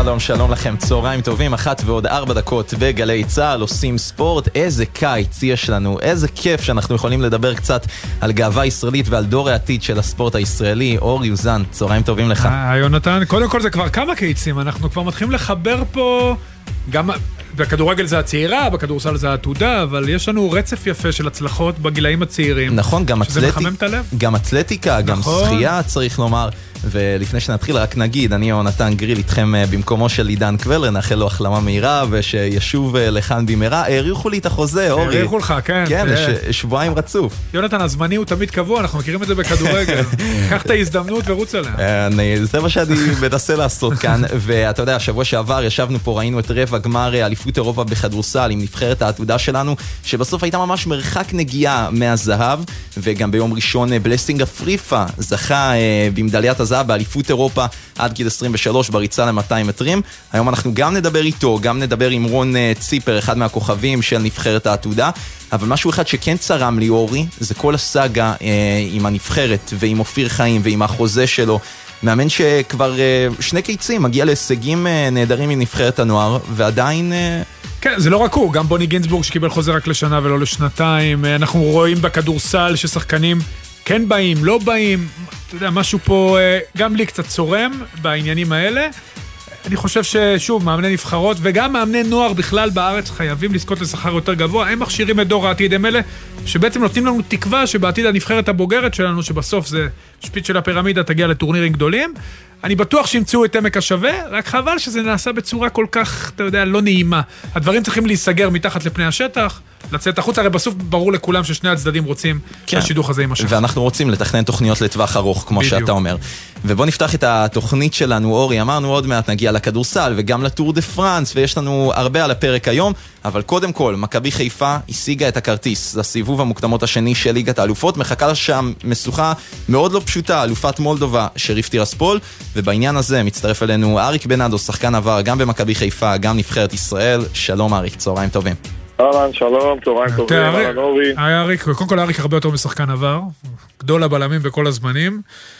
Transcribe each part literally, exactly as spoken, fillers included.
שלום, שלום לכם, צהריים טובים, אחת ועוד ארבע דקות בגלי צהל, עושים ספורט. איזה קיץ יש לנו, איזה כיף שאנחנו יכולים לדבר קצת על גאווה ישראלית ועל דור העתיד של הספורט הישראלי. אור יוזן, צהריים טובים לך. היי יונתן, קודם כל זה כבר כמה קיצים, אנחנו כבר מתחילים לחבר פה, גם בכדורגל זה הצעירה, בכדורסל זה העתודה, אבל יש לנו רצף יפה של הצלחות בגילאים הצעירים. נכון, גם, שזה אתלטיק, מחמם את הלב. גם אתלטיקה, נכון. גם שחייה צריך לומר. ולפני שנתחיל רק נגיד, אני יונתן גריל איתכם במקומו של עידן קבלר, נאחל לו החלמה מהירה ושישוב לכאן במהרה. העריכו לי את החוזה, אורי. העריכו לך, כן. כן, ש- שבועיים רצוף. יונתן, הזמני הוא תמיד קבוע, אנחנו מכירים את זה בכדורגל. קח את ההזדמנות ורוץ עליה. זה מה שאני מנסה לעשות כאן, ואתה יודע, השבוע שעבר ישבנו פה, ראינו את רבע גמר אליפות אירופה בכדורסל עם נבחרת העתודה שלנו, שבסוף הייתה ממש מרחק נגיעה מהזהב, וגם ביום ראשון בלסינג אפריפה זכה במדליית הזהב באליפות אירופה עד גיל עשרים ושלוש בריצה ל-מאתיים מטרים. היום אנחנו גם נדבר איתו, גם נדבר עם רון ציפר, אחד מהכוכבים של נבחרת העתודה, אבל משהו אחד שכן צרם לי אורי, זה כל הסאגה אה, עם הנבחרת ועם אופיר חיים ועם החוזה שלו. מאמן שכבר אה, שני קיצים מגיע להישגים אה, נהדרים עם נבחרת הנוער, ועדיין... אה... כן, זה לא רק הוא, גם בוני גינסבורג שקיבל חוזה רק לשנה ולא לשנתיים. אנחנו רואים בכדורסל ששחקנים כן באים, לא באים, אתה יודע, משהו פה גם לי קצת צורם בעניינים האלה. אני חושב ששוב, מאמני נבחרות וגם מאמני נוער בכלל בארץ חייבים לזכות לשכר יותר גבוה. הם מכשירים את דור העתיד, הם אלה שבעצם נותנים לנו תקווה שבעתיד הנבחרת הבוגרת שלנו, שבסוף זה שפיץ של הפירמידה, תגיע לטורנירים גדולים. אני בטוח שימצאו את עמק השווה, רק חבל שזה נעשה בצורה כל כך, אתה יודע, לא נעימה. הדברים צריכים להיסגר מתחת לפני השטח, לצאת החוץ, הרי בסוף ברור לכולם ששני הצדדים רוצים כן. שהשידוך הזה יימשך. ואנחנו רוצים לתכנן תוכניות לטווח ארוך, כמו בדיוק. שאתה אומר. ובוא נפתח את התוכנית שלנו, אורי, אמרנו עוד מעט נגיע לכדורסל וגם לטור דה פרנס, ויש לנו הרבה על הפרק היום, אבל קודם כל, מכבי חיפה השיגה את הכרטיס לסיבוב המוקדמות השני של ליגת האלופות, מחכה שם משוכה מאוד לא פשוטה, אלופת מולדובה, שריף טירספול, ובעניין הזה מצטרף אלינו אריק בנאדו, שחקן עבר גם במכבי חיפה, גם נבחרת ישראל. שלום אריק, צהריים טובים. אהלן, שלום, צהריים טובים, אהלן אורי. היי אריק, קודם כל אריק הרבה יותר משחקן עבר, גדול הבלמים בכל הזמנים.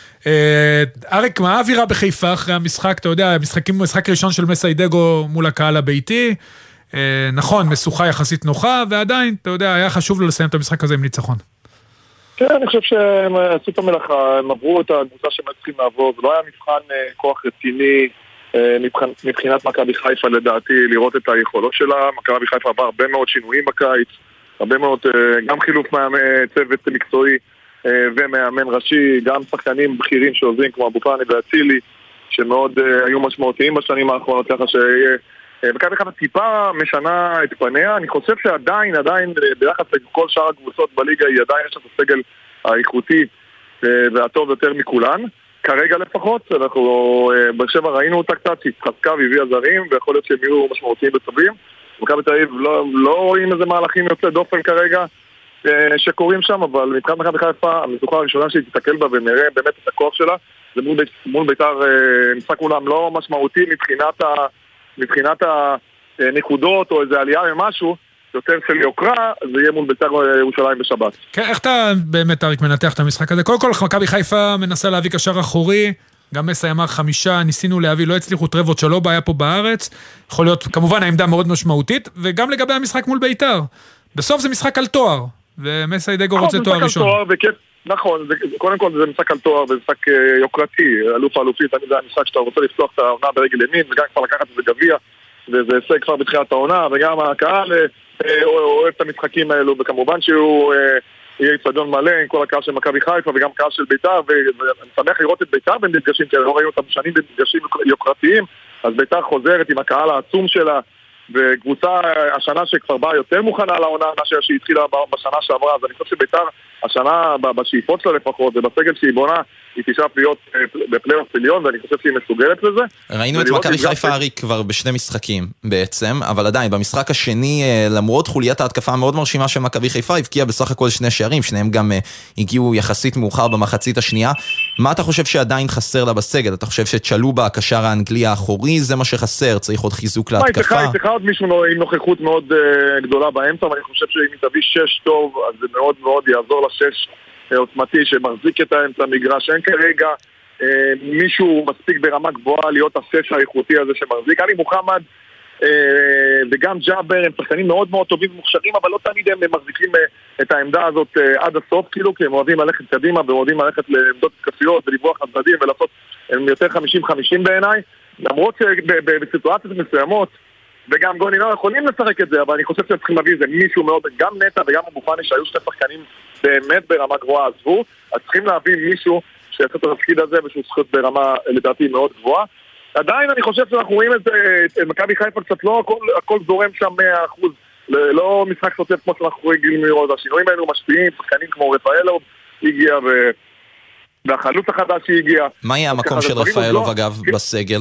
אריק, מה האווירה בחיפה אחרי המשחק? אתה יודע, משחק ראשון של מסיידגו מול הקהל הביתי, נכון, משוכה יחסית נוחה, ועדיין, אתה יודע, היה חשוב לו לסיים את המשחק הזה עם ניצחון. כן, אני חושב שהם עשו את המלאכה, הם עברו את הקבוצה שהם צריכים לעבור, זה לא היה מבחן כוח רציני מבחינת מכבי חיפה לדעתי, לראות את היכולות שלה. מכבי חיפה עבר הרבה מאוד שינויים בקיץ, הרבה מאוד, גם חילוף צוות מקצועי ומאמן ראשי, גם שחקנים בכירים שעוזרים כמו אבו פאני ואצילי, שמאוד היו משמעותיים בשנים האחרונות, ככה שמכבי חיפה טיפה משנה את פניה. אני חושב שעדיין, עדיין ביחס לכל שאר הקבוצות בליגה, היא עדיין יש את הסגל האיכותי והטוב יותר מכולן. כרגע לפחות, אנחנו בשבע ראינו אותה קצת, שהתחזקה והביאה זרים, ויכול להיות שהם יהיו משמעותיים בצבים. מכבי תל אביב לא, לא רואים איזה מהלכים יוצא דופן כרגע שקורים שם, אבל מבחינת מכבי חיפה, המשוכה הראשונה שהיא תתקל בה ונראה באמת את הכוח שלה, זה מול, בית, מול ביתר משחק אולם לא משמעותי מבחינת, ה, מבחינת הנקודות או איזה עלייה ממשהו, יותר של יוקרה, זה יהיה מול ביתר ירושלים בשבת. כן, איך אתה באמת, אריק, מנתח את המשחק הזה? קודם כל, מכבי חיפה מנסה להביא קשר אחורי, גם מסי אמר חמישה, ניסינו להביא, לא הצליחו טרבות שלא בעיה פה בארץ, יכול להיות, כמובן, העמדה מאוד משמעותית, וגם לגבי המשחק מול ביתר. בסוף זה משחק על תואר, ומסי דגו רוצה תואר ראשון. נכון, קודם כל זה משחק על תואר, זה משחק יוקרתי, אלוף האלופית, תמיד זה המשחק שאתה רוצה לפתוח את העונה ברגל ימין, וגם כבר לקחת את זה גביע, וזה הישג כבר בתחילת העונה, וגם הקהל אוהב את המשחקים האלו, וכמובן שהוא יהיה צדון מלא עם כל הקהל של מכבי חיפה וגם קהל של ביתר, ואני שמח לראות את ביתר במפגשים, כי לא ראינו אותם שנים במפגשים יוקרתיים, אז ביתר חוזרת עם הקהל העצום שלה, וקבוצה השנה שכבר באה יותר מוכנה לעונה, מה שהתחילה בשנה שעברה, אז אני חושב שביתר השנה בשאיפות שלה לפחות, ובסגל שהיא בונה, היא תשאף להיות בפלייאוף עליון, ואני חושב שהיא מסוגלת לזה. ראינו את מכבי חיפה אריק כבר בשני משחקים בעצם, אבל עדיין, במשחק השני, למרות חוליית ההתקפה המאוד מרשימה של מכבי חיפה, הבקיעה בסך הכל שני שערים, שניהם גם הגיעו יחסית מאוחר במחצית השנייה. מה אתה חושב שעדיין חסר לה בסגל? אתה חושב שצ'לובה, הקשר האנגלי האחורי, זה מה שחסר? צריך עוד חיזוק להתקפה? היא צריכה עוד מישהו עם נוכחות מאוד גדולה באמצע, ואני חושב שאם היא תביא שש טוב, אז זה מאוד מאוד יעזור לשש עוצמתי שמחזיק את האמצע מגרש. אין כרגע מישהו מספיק ברמה גבוהה להיות הסש האיכותי הזה שמחזיק. עלי מוחמד וגם ג'אבר הם שחקנים מאוד מאוד טובים ומוכשרים, אבל לא תמיד הם מחזיקים את העמדה הזאת עד הסוף, כאילו, כי הם אוהבים ללכת קדימה ואוהבים ללכת לעמדות התקפיות ולברוח הצדדים ולעשות, הם יותר חמישים חמישים בעיניי, למרות שבסיטואציות מסוימות וגם גוני לא יכולים לשחק את זה, אבל אני חושב שהם צריכים להביא איזה מישהו מאוד, גם נטע וגם אבו פאני שהיו שני שחקנים באמת ברמה גבוהה עזבו, אז צריכים להביא מישהו שיעשה את התפקיד הזה ושהוא זכות ברמה לדעתי מאוד גבוהה. עדיין אני חושב שאנחנו רואים את זה, את מכבי חיפה קצת לא הכל, הכל זורם שם מאה אחוז, לא משחק סוטף כמו שאנחנו רגילים לראות, השינויים האלו משפיעים, שחקנים כמו רפאלוב הגיע ו... והחלוץ החדש שהגיע. מה יהיה המקום של רפאלוב אגב בסגל?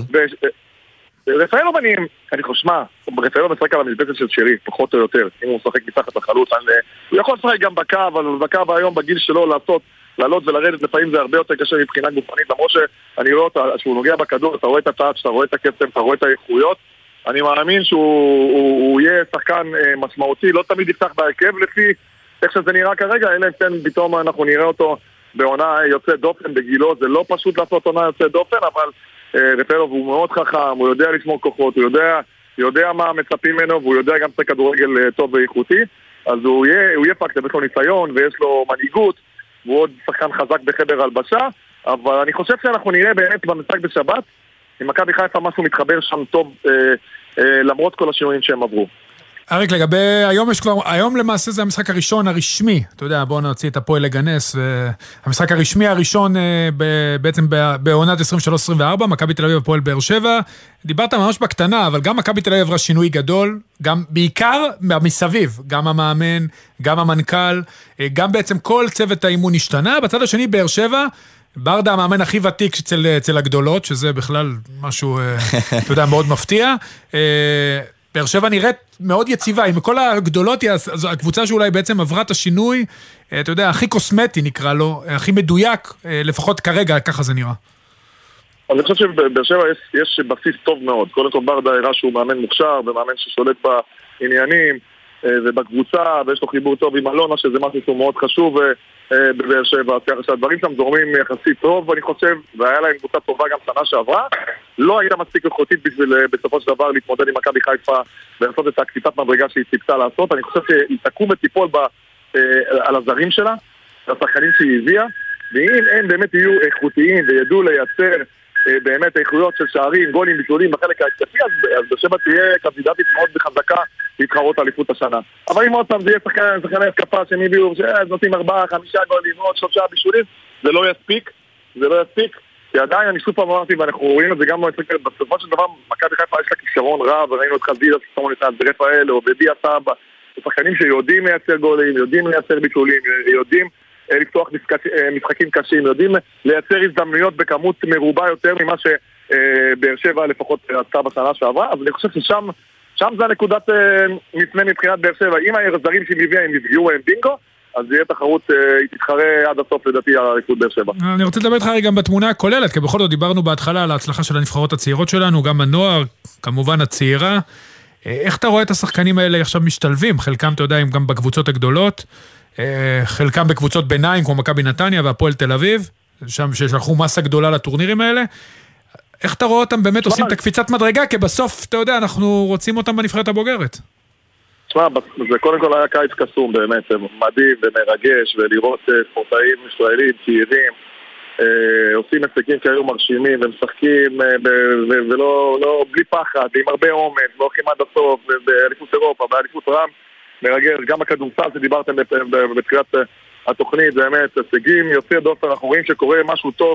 רפאלוב אני, אני חושב, מה, רפאלוב משחק על המשבצת של שרי, פחות או יותר, אם הוא משחק מתחת לחלוץ, הוא יכול לשחק גם בקו, אבל בקו היום בגיל שלו לעשות לעלות ולרדת, לפעמים זה הרבה יותר קשה מבחינה גופנית, למרות שאני רואה אותה, שהוא נוגע בכדור, אתה רואה את הטאץ', אתה רואה את הקצב, אתה רואה את האיכויות, אני מאמין שהוא הוא, הוא יהיה שחקן אה, משמעותי, לא תמיד יפתח בהרכב לפי איך שזה נראה כרגע, אלא אם פתאום אנחנו נראה אותו בעונה יוצא דופן בגילו, זה לא פשוט לעשות עונה יוצא דופן, אבל אה, רפאלוב הוא מאוד חכם, הוא יודע לשמור כוחות, הוא יודע, יודע מה מצפים ממנו, והוא יודע גם את הכדורגל אה, טוב ואיכותי, אז הוא יהיה, הוא יהיה פקט, יש לו ניסיון ויש לו מנהיגות, הוא עוד שחקן חזק בחדר הלבשה, אבל אני חושב שאנחנו נראה באמת במשחק בשבת, עם מכבי חיפה משהו מתחבר שם טוב, אה, אה, למרות כל השינויים שהם עברו. אריק, לגבי היום יש כבר, היום למעשה זה המשחק הראשון הרשמי, אתה יודע, בואו נוציא את הפועל לגנס, המשחק הרשמי הראשון בעצם בעונת עשרים ושלוש עשרים וארבע, מכבי תל אביב הפועל באר שבע, דיברת ממש בקטנה, אבל גם מכבי תל אביב עברה שינוי גדול, גם בעיקר מסביב, גם המאמן, גם המנכ"ל, גם בעצם כל צוות האימון השתנה, בצד השני באר שבע, ברדה המאמן הכי ותיק אצל, אצל הגדולות, שזה בכלל משהו, אתה יודע, מאוד מפתיע, באר שבע נראית מאוד יציבה, עם כל הגדולות, הקבוצה שאולי בעצם עברה את השינוי, אתה יודע, הכי קוסמטי נקרא לו, הכי מדויק, לפחות כרגע, ככה זה נראה. אני חושב שבאר שבע יש, יש בסיס טוב מאוד. קודם כל ברדה הראה שהוא מאמן מוכשר, ומאמן ששולט בעניינים, ובקבוצה, ויש לו חיבור טוב עם אלונה, שזה משהו שהוא מאוד חשוב בבאר שבע, ככה שהדברים שם זורמים יחסית טוב, ואני חושב, והיה להם קבוצה טובה גם שנה שעברה, לא הייתה מספיק איכותית בשביל בסופו של דבר להתמודד עם מכבי חיפה ולעשות את הקפיצת מדרגה שהיא ציפתה לעשות. אני חושב שהיא תקום ותיפול על הזרים שלה, השחקנים שהיא הביאה, ואם הם באמת יהיו איכותיים וידעו לייצר באמת איכויות של שערים, גולים, בישולים בחלק ההתקפי, אז בשבע תהיה קנדידטית מאוד בחזקה להתחרות אליפות השנה. אבל אם עוד פעם זה יהיה שחקני התקפה שהם הביאו, שנותנים ארבעה, חמישה גולים, עוד שלושה בישולים, זה לא יספיק, זה לא יספיק, כי עדיין אני שוב פעם אמרתי, ואנחנו רואים את זה גם לא יספיק, בסופו של דבר מכבי חיפה יש לה כישרון רב, וראינו את חזיזה, ששמון את רפאל, או בדיה סבא, שחקנים שיודעים לייצר גולים, יודעים לייצר בישולים, יודעים לפתוח משחקים קשים, יודעים לייצר הזדמנויות בכמות מרובה יותר ממה שבאר שבע לפחות עשתה בשנה שעברה, אז אני חושב ששם שם זה הנקודת מפנה מבחינת באר שבע. אם הזרים שהיא מביאה הם נפגעו הם בינגו, אז יהיה תחרות, היא תתחרה עד הסוף לדעתי על אליפות באר שבע. אני רוצה לדבר איתך גם בתמונה הכוללת, כי בכל זאת דיברנו בהתחלה על ההצלחה של הנבחרות הצעירות שלנו, גם הנוער, כמובן הצעירה. איך אתה רואה את השחקנים האלה עכשיו משתלבים? חלקם, אתה יודע, הם גם בקבוצות הגדולות, חלקם בקבוצות ביניים, כמו מכבי נתניה והפועל תל אביב, שם ששלחו מסה גדולה לטורנירים האלה. איך אתה רואה אותם באמת עושים את הקפיצת מדרגה, כי בסוף, אתה יודע, אנחנו רוצים אותם בנבחרת הבוגרת. תשמע, זה קודם כל היה קיץ קסום באמת, מדהים ומרגש, ולראות ספורטאים ישראלים, צעירים, עושים הישגים כאלו מרשימים, ומשחקים ולא, בלי פחד, עם הרבה אומץ, והולכים עד הסוף, באליפות אירופה, באליפות רם, מרגש, גם הכדורסל שדיברתם בתחילת התוכנית, זה באמת הישגים יוצא דופן, אנחנו רואים שקורה משהו טוב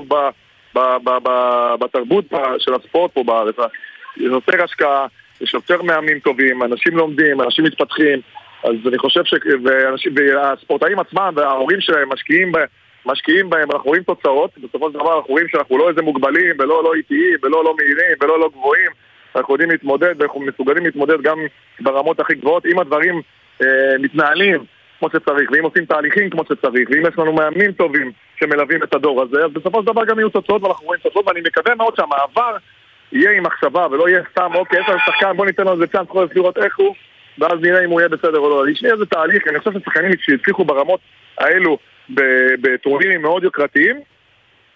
בתרבות של הספורט פה בארץ. יש יותר השקעה, יש יותר מאמנים טובים, אנשים לומדים, אנשים מתפתחים, אז אני חושב שהספורטאים עצמם וההורים שלהם משקיעים בהם, משקיעים בהם, אנחנו רואים תוצאות, בסופו של דבר אנחנו רואים שאנחנו לא איזה מוגבלים, ולא לא איטיים, ולא לא מהירים, ולא לא גבוהים, אנחנו יודעים להתמודד, ואנחנו מסוגלים להתמודד גם ברמות הכי גבוהות, אם הדברים אה, מתנהלים כמו שצריך, ואם עושים תהליכים כמו שצריך, ואם יש לנו מאמנים טובים שמלווים את הדור הזה, אז בסופו של דבר גם יהיו תוצאות, ואנחנו רואים תוצאות, ואני מקווה מאוד שהמעבר יהיה עם מחשבה, ולא יהיה סתם, אוקיי, יש לנו שחקן, בוא ניתן לו איזה צ'אנס, חודש לראות איך הוא, ואז נראה אם הוא יהיה בסדר או לא. יש איזה תהליך, אני חושב ששחקנים שהצליחו ברמות האלו בטורנירים מאוד יוקרתיים,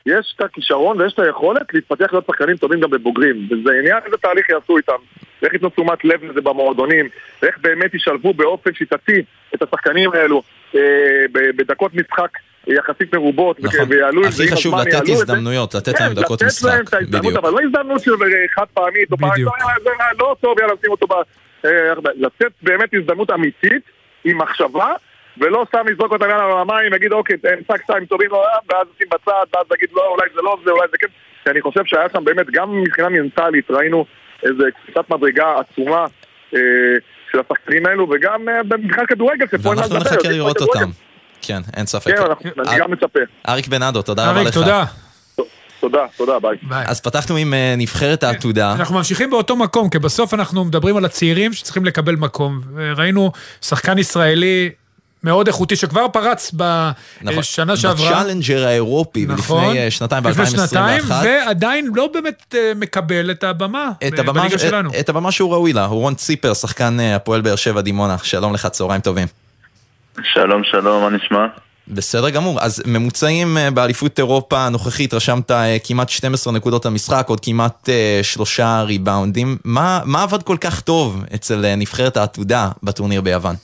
יש את הכישרון ויש את היכולת להתפתח להיות שחקנים טובים גם בבוגרים, וזה עניין איזה תהליך יעשו איתם, ואיך יתנו תשומת לב לזה במועדונים, ואיך באמת ישלבו באופן שיטתי את השחקנים האלו אה, בדקות משחק יחסית מרובות, נכון. ויעלו הכי חשוב לתת הזדמנויות, לתת להם דקות משחק, לתת להם את ההזדמנות, אבל לא הזדמנות של חד פעמית, או פעם, לא טוב, יאללה, שים אותו, לתת באמת הזדמנות אמיתית, עם מחשבה, ולא סתם לזרוק אותם על המים, נגיד אוקיי, משחק שתיים טובים, ואז עושים בצד, ואז נגיד לא, אולי זה לא זה, אולי זה כן, כי אני חושב שהיה שם באמת, גם מבחינה מנטלית, ראינו איזו קפיצת מדרגה עצומה של השחקנים האלו, וגם במבחן כדורגל, ואנחנו נחכה לראות אותם. כן, אין ספק. כן, אני גם מצפה. אריק בנאדו, תודה רבה לך. אריק, תודה. תודה, תודה, ביי. אז פתחנו עם נבחרת העתודה. אנחנו ממשיכים באותו מקום, כי בסוף אנחנו מדברים על הצעירים שצריכים לקבל מקום. ראינו שחקן ישראלי מאוד איכותי שכבר פרץ בשנה שעברה. בצ'אלנג'ר האירופי, לפני שנתיים, ב-אלפיים עשרים ואחת. ועדיין לא באמת מקבל את הבמה בליגה שלנו. את הבמה שהוא ראוי לה. הוא רון ציפר, שחקן הפועל באר שבע דימונה. שלום לך, צהריים טובים. שלום, שלום, מה נשמע? בסדר גמור, אז ממוצעים באליפות אירופה הנוכחית, רשמת כמעט שתים עשרה נקודות המשחק, עוד כמעט שלושה ריבאונדים. מה, מה עבד כל כך טוב אצל נבחרת העתודה בטורניר ביוון?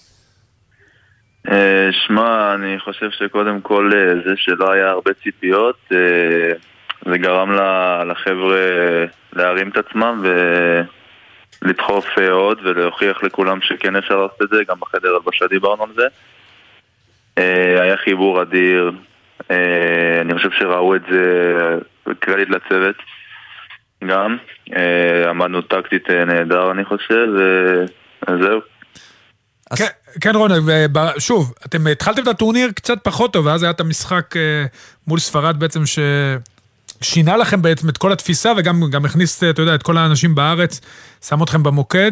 שמע, אני חושב שקודם כל זה שלא היה הרבה ציפיות, זה גרם לחבר'ה להרים את עצמם ולדחוף עוד ולהוכיח לכולם שכן אפשר לעשות את זה, גם בחדר הלבשה דיברנו על זה. היה חיבור אדיר, אני חושב שראו את זה, קרדיט לצוות גם, עמדנו טקטית נהדר אני חושב, וזהו. כן רון, שוב, אתם התחלתם את הטורניר קצת פחות טוב, ואז היה את המשחק מול ספרד בעצם ששינה לכם בעצם את כל התפיסה, וגם הכניס, אתה יודע, את כל האנשים בארץ, שם אתכם במוקד.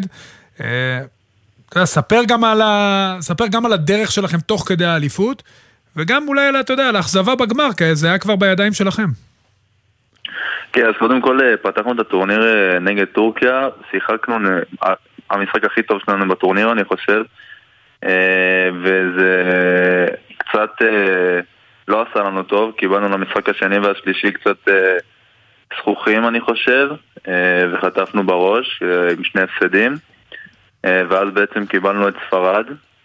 ספר גם על ה... ספר גם על הדרך שלכם תוך כדי האליפות, וגם אולי, אתה יודע, לאכזבה בגמר, כי זה היה כבר בידיים שלכם. כן, אז קודם כל פתחנו את הטורניר נגד טורקיה, שיחקנו, המשחק הכי טוב שלנו בטורניר, אני חושב, וזה קצת לא עשה לנו טוב, קיבלנו למשחק השני והשלישי קצת זכוכים, אני חושב, וחטפנו בראש עם שני הפסדים. ואז בעצם קיבלנו את ספרד,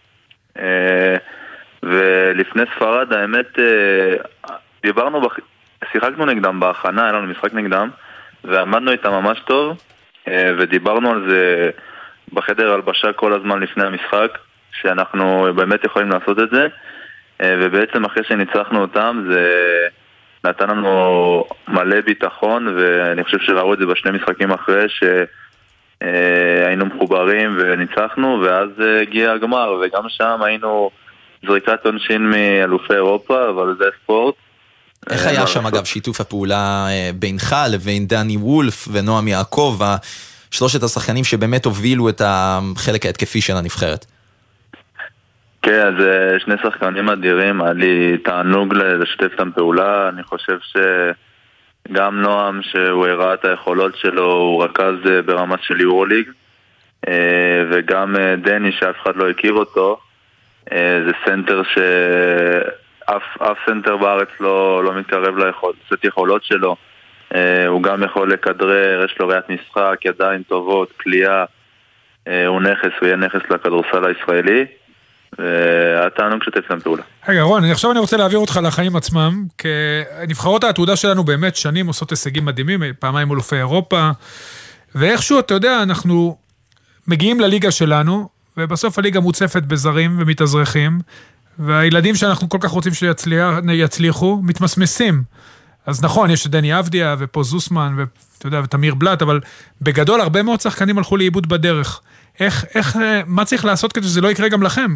ולפני ספרד האמת דיברנו, שיחקנו נגדם בהכנה, היה לנו משחק נגדם, ועמדנו איתם ממש טוב, ודיברנו על זה בחדר הלבשה כל הזמן לפני המשחק, שאנחנו באמת יכולים לעשות את זה, ובעצם אחרי שניצחנו אותם זה נתן לנו מלא ביטחון, ואני חושב שראו את זה בשני משחקים אחרי ש... היינו מחוברים וניצחנו, ואז הגיע הגמר, וגם שם היינו זריקת עונשין מאלופי אירופה, אבל זה ספורט. איך היה שם אגב שיתוף הפעולה בינך לבין דני וולף ונועם יעקב, שלושת השחקנים שבאמת הובילו את החלק ההתקפי של הנבחרת? כן, אז שני שחקנים אדירים, היה לי תענוג לשתף את הפעולה, אני חושב ש... גם נועם שהוא הראה את היכולות שלו, הוא רכז ברמה של יורוליג, וגם דני שאף אחד לא הכיר אותו, זה סנטר שאף אף סנטר בארץ לא, לא מתקרב ליכולות יכולות שלו, הוא גם יכול לכדרר, יש לו ראיית משחק, ידיים טובות, קליעה, הוא נכס, הוא יהיה נכס לכדורסל הישראלי, והתענוג שתף להם פעולה. רגע רון, עכשיו אני רוצה להעביר אותך לחיים עצמם, כי נבחרות העתודה שלנו באמת שנים עושות הישגים מדהימים, פעמיים אלופי אירופה, ואיכשהו אתה יודע, אנחנו מגיעים לליגה שלנו, ובסוף הליגה מוצפת בזרים ומתאזרחים, והילדים שאנחנו כל כך רוצים שיצליחו, מתמסמסים. אז נכון, יש דני אבדיה ופה זוסמן, ואתה יודע, ותמיר בלט, אבל בגדול הרבה מאוד שחקנים הלכו לאיבוד בדרך. איך, איך, מה צריך לעשות כדי שזה לא יקרה גם לכם?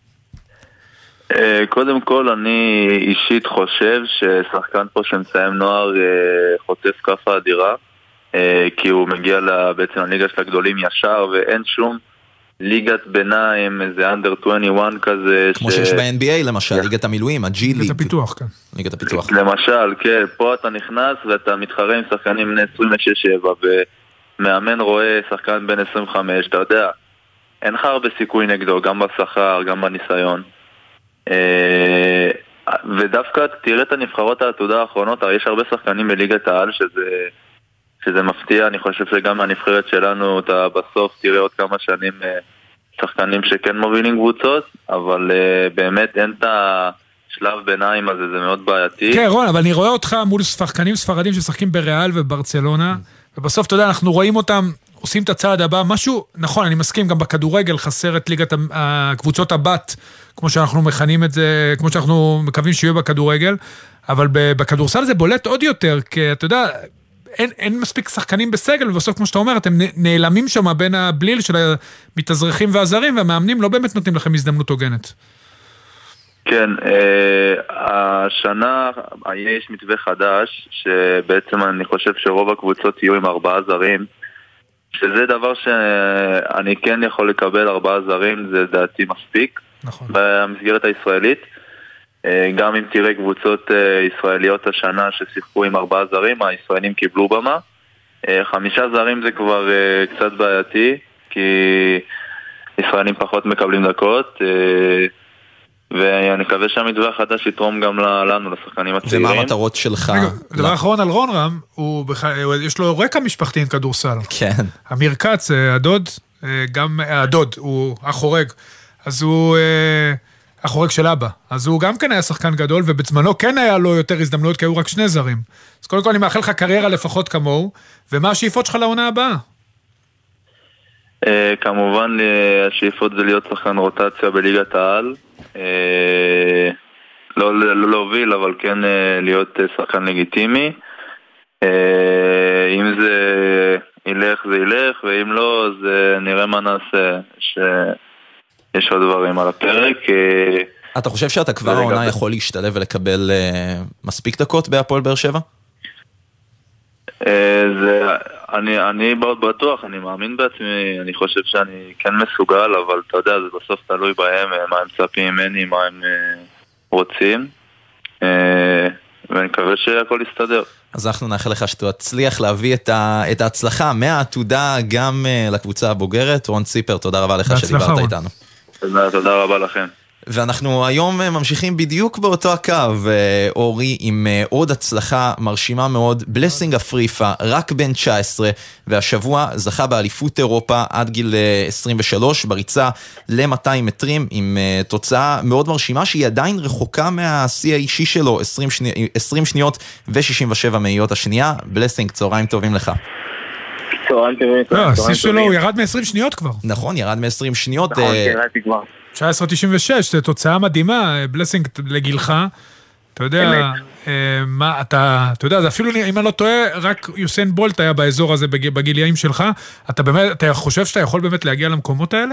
קודם כל, אני אישית חושב ששחקן פה שמסיים נוער חוטף כפה אדירה, כי הוא מגיע בעצם לליגה של הגדולים ישר, ואין שום ליגת ביניים, איזה אנדר עשרים ואחת כזה. כמו שיש ב-אן בי איי למשל, ליגת המילואים, הג'י ליג. ליגת הפיתוח, כן. ליגת הפיתוח. למשל, כן, פה אתה נכנס ואתה מתחרה עם שחקנים בני עשרים ושש שבע, ומאמן רואה שחקן בן עשרים וחמש, אתה יודע, אין לך הרבה סיכוי נגדו, גם בשכר, גם בניסיון. ודווקא תראה את הנבחרות העתודה האחרונות, הרי יש הרבה שחקנים בליגת העל שזה, שזה מפתיע, אני חושב שגם הנבחרת שלנו, אתה בסוף תראה עוד כמה שנים שחקנים שכן מובילים קבוצות, אבל באמת אין את השלב ביניים הזה, זה מאוד בעייתי. כן, רון, אבל אני רואה אותך מול שחקנים ספרדים ששחקים בריאל וברצלונה, ובסוף, אתה יודע, אנחנו רואים אותם, עושים את הצעד הבא, משהו, נכון, אני מסכים, גם בכדורגל חסר את ליגת הקבוצות הבת, כמו שאנחנו מכנים את זה, כמו שאנחנו מקווים שיהיה בכדורגל, אבל בכדורסל זה בולט עוד יותר, כי אתה יודע, אין, אין מספיק שחקנים בסגל, ובסוף, כמו שאתה אומר, אתם נעלמים שם בין הבליל של המתאזרחים והזרים, והמאמנים לא באמת נותנים לכם הזדמנות הוגנת. כן, השנה יש מתווה חדש, שבעצם אני חושב שרוב הקבוצות יהיו עם ארבעה זרים, שזה דבר שאני כן יכול לקבל ארבעה זרים, זה דעתי מספיק, נכון. במסגרת הישראלית. גם אם תראה קבוצות ישראליות השנה ששיחקו עם ארבעה זרים, הישראלים קיבלו במה. חמישה זרים זה כבר קצת בעייתי, כי ישראלים פחות מקבלים דקות, ואני מקווה שהמתווה החדש יתרום גם לנו, לשחקנים הצעירים. ומה המטרות שלך? דבר אחרון על רון רם, יש לו רקע משפחתי עם כדורסל. כן. אמיר כץ, הדוד, גם הדוד, הוא החורג, אז הוא החורג של אבא, אז הוא גם כן היה שחקן גדול, ובזמנו כן היה לו יותר הזדמנויות, כי היו רק שני זרים. אז קודם כל אני מאחל לך קריירה לפחות כמוהו, ומה השאיפות שלך לעונה הבאה? כמובן השאיפות זה להיות שחקן רוטציה בליגת העל, לא להוביל אבל כן להיות שחקן לגיטימי. אם זה ילך זה ילך, ואם לא אז נראה מה נעשה, שיש עוד דברים על הפרק. אתה חושב שאתה כבר העונה יכול להשתלב ולקבל מספיק דקות בהפועל באר שבע? זה, אני, אני מאוד בטוח, אני מאמין בעצמי, אני חושב שאני כן מסוגל, אבל אתה יודע, זה בסוף תלוי בהם, מה הם צפים ממני, מה הם רוצים, ואני מקווה שהכל יסתדר. אז אנחנו נאחל לך שתצליח להביא את, ה, את ההצלחה מהעתודה גם לקבוצה הבוגרת. רון ציפר, תודה רבה לך שדיברת איתנו. תודה, תודה רבה לכם. ואנחנו היום ממשיכים בדיוק באותו הקו, אורי, עם עוד הצלחה מרשימה מאוד, בלסינג אפריפה, רק בן תשע עשרה, והשבוע זכה באליפות אירופה עד גיל עשרים ושלוש, בריצה ל-מאתיים מטרים, עם תוצאה מאוד מרשימה, שהיא עדיין רחוקה מהשיא האישי שלו, עשרים, שני, עשרים שניות ו-שישים ושבע מאיות השנייה. בלסינג, צהריים טובים לך. צהריים טובים. לא, השיא שלו הוא ירד מ-עשרים שניות כבר. נכון, ירד מ-עשרים שניות. נכון, ירדתי כבר. תשע עשרה תשעים ושש, זו תוצאה מדהימה, בלסינג לגילך, אתה יודע, מה, אתה, אתה יודע, זה אפילו, אם אני לא טועה, רק יוסיין בולט היה באזור הזה, בגילאים שלך, אתה באמת, אתה חושב שאתה יכול באמת להגיע למקומות האלה?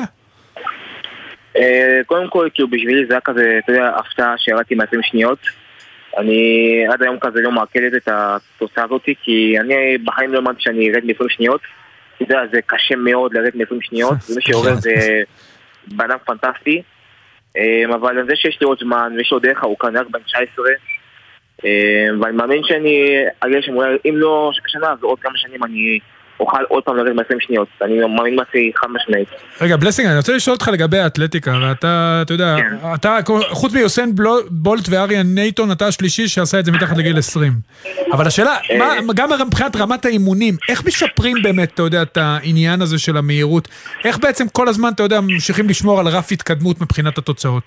קודם כל, כאילו בשבילי זה היה כזה, אתה יודע, הפתעה שירדתי מ-עשרים שניות, אני עד היום כזה לא מעכלת את התוצאה הזאת, כי אני בחיים לא אמרתי שאני ארד מ-עשרים שניות, אתה יודע, זה קשה מאוד לרד מ-עשרים שניות, זה מי שעובר זה בנם פנטסטי, אבל זה שיש לי עוד זמן ויש עוד דרך ארוכה, אני רק בן תשע עשרה, ואני מאמין שאני אגיע שם, אם לא שנה, אז עוד כמה שנים אני אוכל עוד פעם לרד מ-עשרים שניות, אני מאמין מציא חד משמעית. רגע, בלסינג, אני רוצה לשאול אותך לגבי האתלטיקה, ואתה, אתה יודע, אתה, חוץ מיוסיין בולט ואריאן נייטון, אתה השלישי שעשה את זה מתחת לגיל עשרים. אבל השאלה, גם מבחינת רמת האימונים, איך משפרים באמת, אתה יודע, את העניין הזה של המהירות? איך בעצם כל הזמן, אתה יודע, ממשיכים לשמור על רף התקדמות מבחינת התוצאות?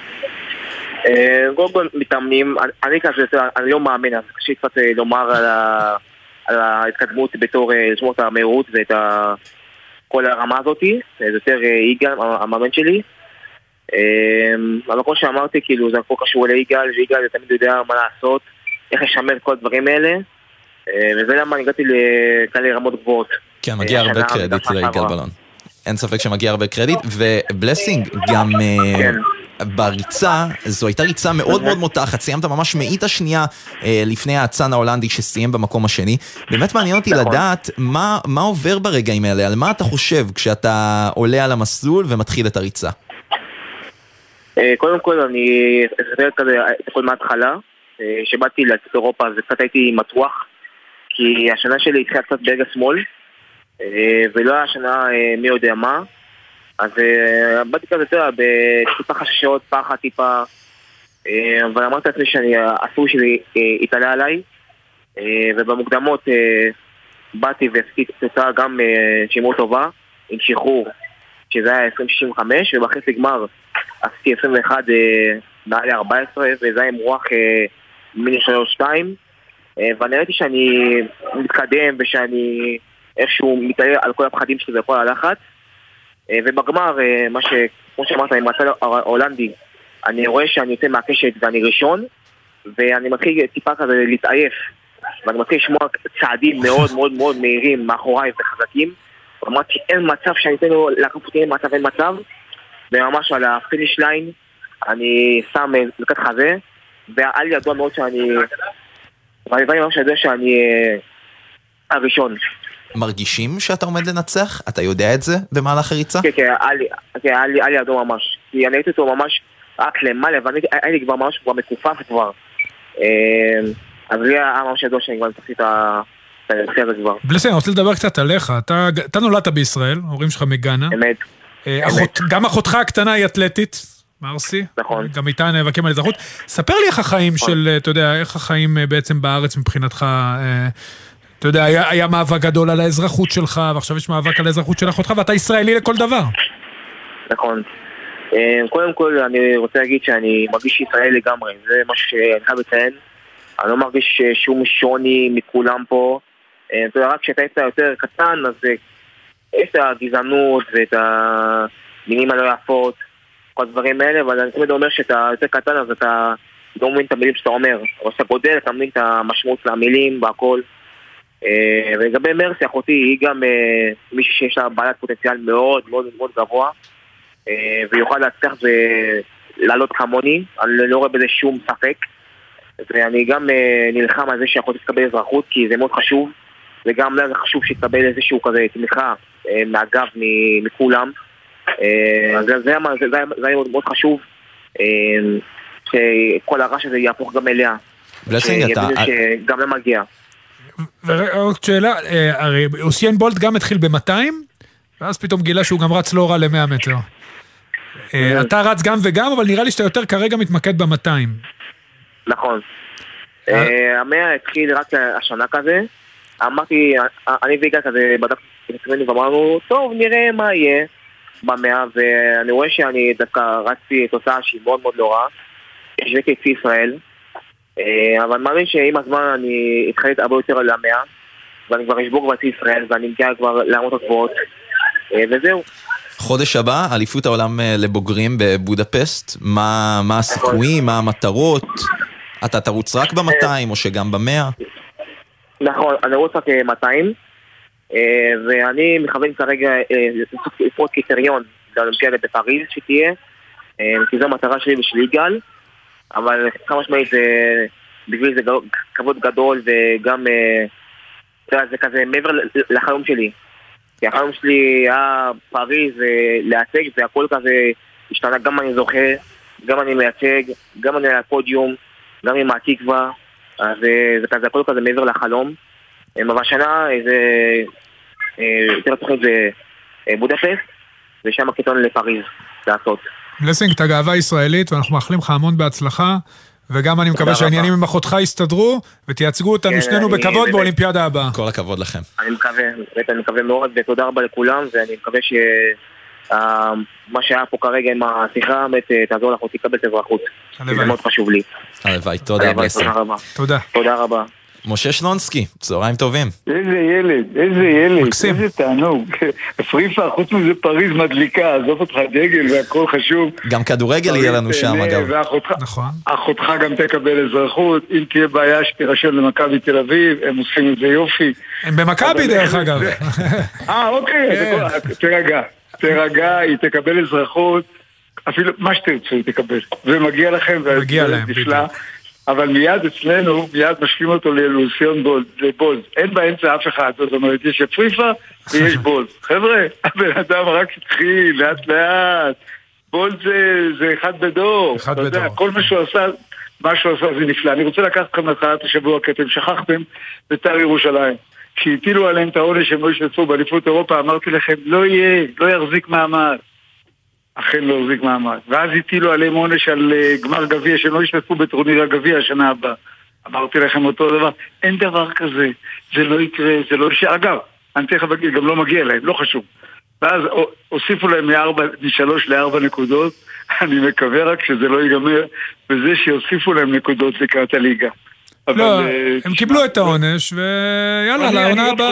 קודם כל מתאמנים, אני כזה, אני לא מאמין, אז קשה קצת לומר על ה... על ההתקדמות בתור לשמור את המהירות ואת כל הרמה הזאת, זה יותר יגאל, המאמן שלי. אבל כמו שאמרתי, כאילו, זה הכל קשור ליגאל, ויגאל תמיד יודע מה לעשות, איך לשמר את כל הדברים האלה, וזה למה אני הגעתי לכאלה רמות גבוהות. כן, מגיע הרבה קרדיט ליגאל בלון. אין ספק שמגיע הרבה קרדיט, ובלסינג גם... בריצה, זו הייתה ריצה מאוד מאוד מותחת, סיימת ממש מאית השנייה אה, לפני האצן ההולנדי שסיים במקום השני. באמת מעניין אותי לדעת מה, מה עובר ברגעים האלה, על מה אתה חושב כשאתה עולה על המסלול ומתחיל את הריצה? אה, קודם כל אני אספר כזה את הכל מההתחלה, אה, שבאתי לארצות אירופה אז קצת הייתי מתוח, כי השנה שלי התחילה קצת ברגע שמאל, אה, ולא היה השנה אה, מי יודע מה, אז באתי כזה יותר בטיפה חששות, פחד טיפה, אבל אמרתי לעצמי שאני אסור שזה יתעלה עליי, ובמוקדמות באתי ועשיתי תוצאה גם שימור טובה, עם שחרור, שזה היה עשרים שישים וחמש, ובחצי גמר עשיתי עשרים ואחת מעל ארבע עשרה, וזה היה עם רוח מיני שלוש שתיים, ואני ראיתי שאני מתקדם ושאני איכשהו מתעלה על כל הפחדים שלי וכל הלחץ, ובגמר, מה ש... כמו שאמרת, עם הצד ההולנדי, אני רואה שאני יוצא מהקשת ואני ראשון, ואני מתחיל טיפה כזה להתעייף, ואני מתחיל לשמוע צעדים מאוד מאוד מאוד מהירים מאחוריי וחזקים, ואמרתי אין מצב שאני אתן לו לקחת אותי, אין מצב, אין מצב, וממש על הפיניש ליין אני שם לקט חזה, והיה לי ידוע מאוד שאני, ואני ממש ידוע שאני הראשון. מרגישים שאתה עומד לנצח? אתה יודע את זה במהלך הריצה? כן, כן, היה לי ידוע ממש, כי אני הייתי אותו ממש רק למעלה, והיה לי כבר ממש כבר מקופף כבר, אז זה היה ממש ידוע שאני כבר נצחתי את הנצחי הזה כבר. בלסן, אני רוצה לדבר קצת עליך, אתה נולדת בישראל, ההורים שלך מגאנה. אמת. גם אחותך הקטנה היא אתלטית, מרסי. נכון. גם איתה נאבקים על אזרחות. ספר לי איך החיים של, אתה יודע, איך החיים בעצם בארץ מבחינתך, אתה יודע, היה, היה מאבק גדול על האזרחות שלך, ועכשיו יש מאבק על האזרחות של אחותך, ואתה ישראלי לכל דבר. נכון. קודם כל, אני רוצה להגיד שאני מרגיש ישראלי לגמרי, זה משהו שאני חייב לציין. אני לא מרגיש שום שוני מכולם פה. אתה יודע, רק כשאתה היית יותר קטן, אז יש את הגזענות ואת המינים הלא יפות, כל הדברים האלה, אבל אני תמיד אומר שאתה יותר קטן, אז אתה לא מבין את המילים שאתה אומר. אבל כשאתה גודל, אתה מבין את המשמעות של המילים והכל. ולגבי מרסי, אחותי, היא גם מישהי שיש לה בעלת פוטנציאל מאוד מאוד מאוד גבוה, ויוכל להצליח ולעלות כמוני, אני לא רואה בזה שום ספק. ואני גם נלחם על זה שאחותי תקבל אזרחות, כי זה מאוד חשוב, וגם לה זה חשוב שתקבל איזשהו כזה תמיכה מהגב מכולם. אז זה היה מאוד חשוב, שכל הרעש הזה יהפוך גם אליה, שיבינו שגם לא מגיע. ורק שאלה, הרי אוסיין בולט גם התחיל ב-מאתיים, ואז פתאום גילה שהוא גם רץ לא רע ל-מאה מטר. אתה רץ גם וגם, אבל נראה לי שאתה יותר כרגע מתמקד ב-מאתיים. נכון. המאה התחיל רק השנה כזה, אמרתי, אני ויגע כזה בדקתי את עצמנו ואמרנו, טוב, נראה מה יהיה במאה, ואני רואה שאני דווקא רצתי תוצאה שהיא מאוד מאוד לא רעה, השוויתי את ישראל, אבל אני מאמין שעם הזמן אני התחלתי הרבה יותר על המאה, ואני כבר אשבור כבר את ישראל, ואני מגיע כבר לעמות הגבוהות, וזהו. חודש הבא, אליפות העולם לבוגרים בבודפסט, מה, מה הסיכויים, מה המטרות? אתה תרוץ רק ב-מאתיים או שגם ב-מאה? נכון, אני רוץ רק מאתיים, ואני מכוון כרגע לפרוט קריטריון לאולימפיאדה בפריז שתהיה, כי זו המטרה שלי ושל יגאל, אבל כמה משמעית זה, בשביל זה כבוד גדול, וגם זה כזה מעבר לחלום שלי. כי החלום שלי היה פריז להציג, והכל כזה השתנה, גם אני זוכה, גם אני מייצג, גם אני על הפודיום, גם עם התקווה, אז זה כזה, הכל כזה מעבר לחלום. אבל השנה זה יותר תוכנית זה בודפסט, ושם הקטון לפריז לעשות. בלסינג, אתה גאווה ישראלית, ואנחנו מאחלים לך המון בהצלחה, וגם אני מקווה שהעניינים עם אחותך יסתדרו, ותייצגו אותנו שנינו בכבוד באולימפיאדה הבאה. כל הכבוד לכם. אני מקווה, אני מקווה מאוד, ותודה רבה לכולם, ואני מקווה שמה שהיה פה כרגע עם השיחה, תעזור לך אותי לקבל את אזרחות. זה מאוד חשוב לי. הלוואי, תודה בלסינג. תודה. תודה רבה. משה שלונסקי, צהריים טובים. איזה ילד, איזה ילד, מקסים. איזה תענוג. פריפה, חוץ מזה פריז מדליקה, עזוב אותך דגל והכל חשוב. גם כדורגל יהיה לנו שם אגב. ואחותך, נכון. אחותך גם תקבל אזרחות, אם תהיה בעיה שתירשם למכבי תל אביב, הם עושים את זה יופי. הם במכבי דרך אגב. אה, אוקיי, תרגע, תרגע, היא תקבל אזרחות, אפילו מה שתרצו היא תקבל. ומגיע לכם, מגיע להם, בדיוק. אבל מיד אצלנו, מיד משווים אותו ללוסיון בולז. אין באמצע אף אחד, זאת אומרת, יש פריפה ויש בולז. חבר'ה, הבן אדם רק התחיל, לאט לאט. בולז זה, זה אחד בדור. אחד אתה בדור. יודע, כל מה שהוא עשה, מה שהוא עשה זה נפלא. אני רוצה לקחת לכם לתחילת השבוע, כי אתם שכחתם בית"ר ירושלים. כשהטילו עליהם את העונש שהם לא ישתתפו באליפות אירופה, אמרתי לכם, לא יהיה, לא יחזיק מעמד. אכן לא החזיק מעמד. ואז הטילו עליהם עונש על גמר גביע, שהם לא השתתפו בטורניר הגביע השנה הבאה. אמרתי לכם אותו דבר, אין דבר כזה, זה לא יקרה, זה לא יקרה. אגב, אני צריך להגיד, גם לא מגיע להם, לא חשוב. ואז הוסיפו להם משלוש לארבע נקודות, אני מקווה רק שזה לא ייגמר, וזה שיוסיפו להם נקודות לקראת הליגה. לא, הם קיבלו את העונש, ויאללה, לעונה הבאה.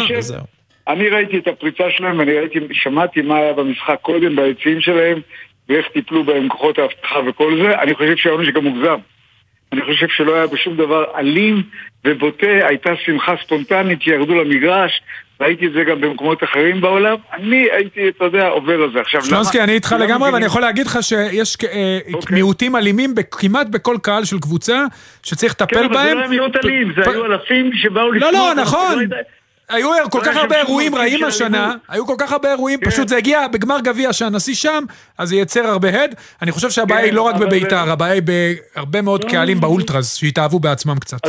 אני ראיתי את הפריצה שלהם, ואני ראיתי, שמעתי מה היה במשחק קודם, ביציעים שלהם, ואיך טיפלו בהם כוחות ההבטחה וכל זה, אני חושב שהעונש גם מוגזם. אני חושב שלא היה בשום דבר אלים ובוטה, הייתה שמחה ספונטנית שירדו למגרש, ראיתי את זה גם במקומות אחרים בעולם, אני הייתי, אתה יודע, עובר על זה. עכשיו, שלונסקי, אני איתך לגמרי, ואני יכול להגיד לך שיש מיעוטים אלימים כמעט בכל קהל של קבוצה, שצריך לטפל בהם. כן, אבל זה לא היה מיעוט אלים, זה היו אלפים שבאו לשמוע. לא, לא, נכון. היו כל כך הרבה אירועים רעים השנה, היו כל כך הרבה אירועים, פשוט זה הגיע בגמר גביע שהנשיא שם, אז זה ייצר הרבה הד. אני חושב שהבעיה היא לא רק בביתר, הבעיה היא בהרבה מאוד קהלים באולטרס, שהתאהבו בעצמם קצת. אז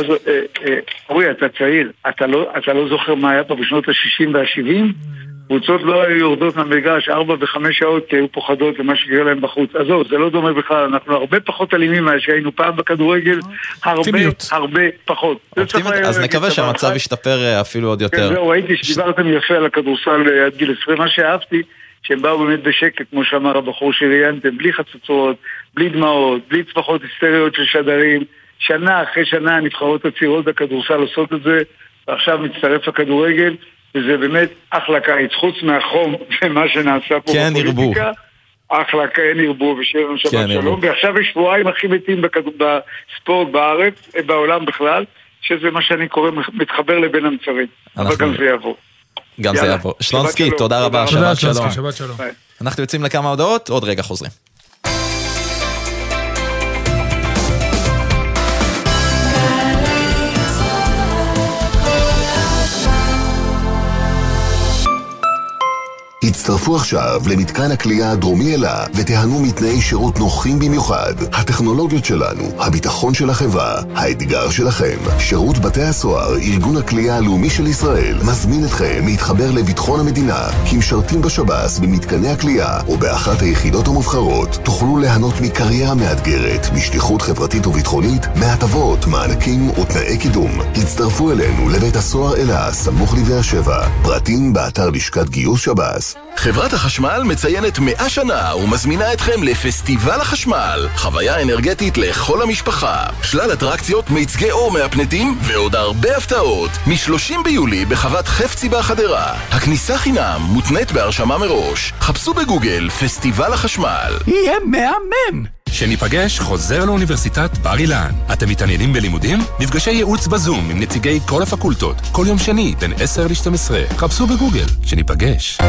אורי, אתה צעיר, אתה לא זוכר מה היה פה בשנות ה-שישים וה-שבעים? קבוצות לא היו יורדות מהמגרש ארבע וחמש שעות כי היו פוחדות למה שקרה להם בחוץ. אז זהו, זה לא דומה בכלל, אנחנו הרבה פחות אלימים מה שהיינו פעם בכדורגל, הרבה הרבה פחות. אז נקווה שהמצב ישתפר אפילו עוד יותר. זהו, ראיתי שדיברתם יפה על הכדורסל עד גיל עשרים, מה שאהבתי, שהם באו באמת בשקט, כמו שאמר הבחור שראיינתם, בלי חצוצרות, בלי דמעות, בלי צפחות היסטריות של שדרים, שנה אחרי שנה הנבחרות הצעירות בכדורסל עושות את זה, ועכשיו מצטרף הכדורגל, וזה באמת אחלה קיץ, חוץ מהחום ומה שנעשה פה כן בפוליטיקה, אחלה כן ירבו ושיהיה לנו שבת כן שלום, ועכשיו יש שבועיים הכי מתים בספורט בארץ, בעולם בכלל, שזה מה שאני קורא מתחבר לבין המצרים, אבל גם זה יעבור. גם זה יעבור. שלונסקי, תודה רבה, שבת שלום. שבת שלום. אנחנו יוצאים לכמה הודעות, עוד רגע חוזרים. הצטרפו עכשיו למתקן הכלייה הדרומי אלה ותיהנו מתנאי שירות נוחים במיוחד. הטכנולוגיות שלנו, הביטחון של החברה, האתגר שלכם. שירות בתי הסוהר, ארגון הכלייה הלאומי של ישראל, מזמין אתכם להתחבר לביטחון המדינה. כמשרתים בשב"ס במתקני הכלייה או באחת היחידות המובחרות, תוכלו ליהנות מקריירה מאתגרת, משליחות חברתית וביטחונית, מהטבות, מענקים ותנאי קידום. הצטרפו אלינו לבית הסוהר אלה, סמוך לבאר שבע. פרטים באתר לשכת גיוס שב"ס. חברת החשמל מציינת מאה שנה ומזמינה אתכם לפסטיבל החשמל, חוויה אנרגטית לכל המשפחה, שלל אטרקציות, מיצגי אור מהפנטים ועוד הרבה הפתעות. מ-שלושים ביולי בחוות חפצי בחדרה. הכניסה חינם מותנית בהרשמה מראש. חפשו בגוגל פסטיבל החשמל. יהיה מהמם! שניפגש חוזר לאוניברסיטת בר אילן. אתם מתעניינים בלימודים? מפגשי ייעוץ בזום עם נציגי כל הפקולטות. כל יום שני בין עשר ל-שתים עשרה. חפשו בגוגל. שניפגש.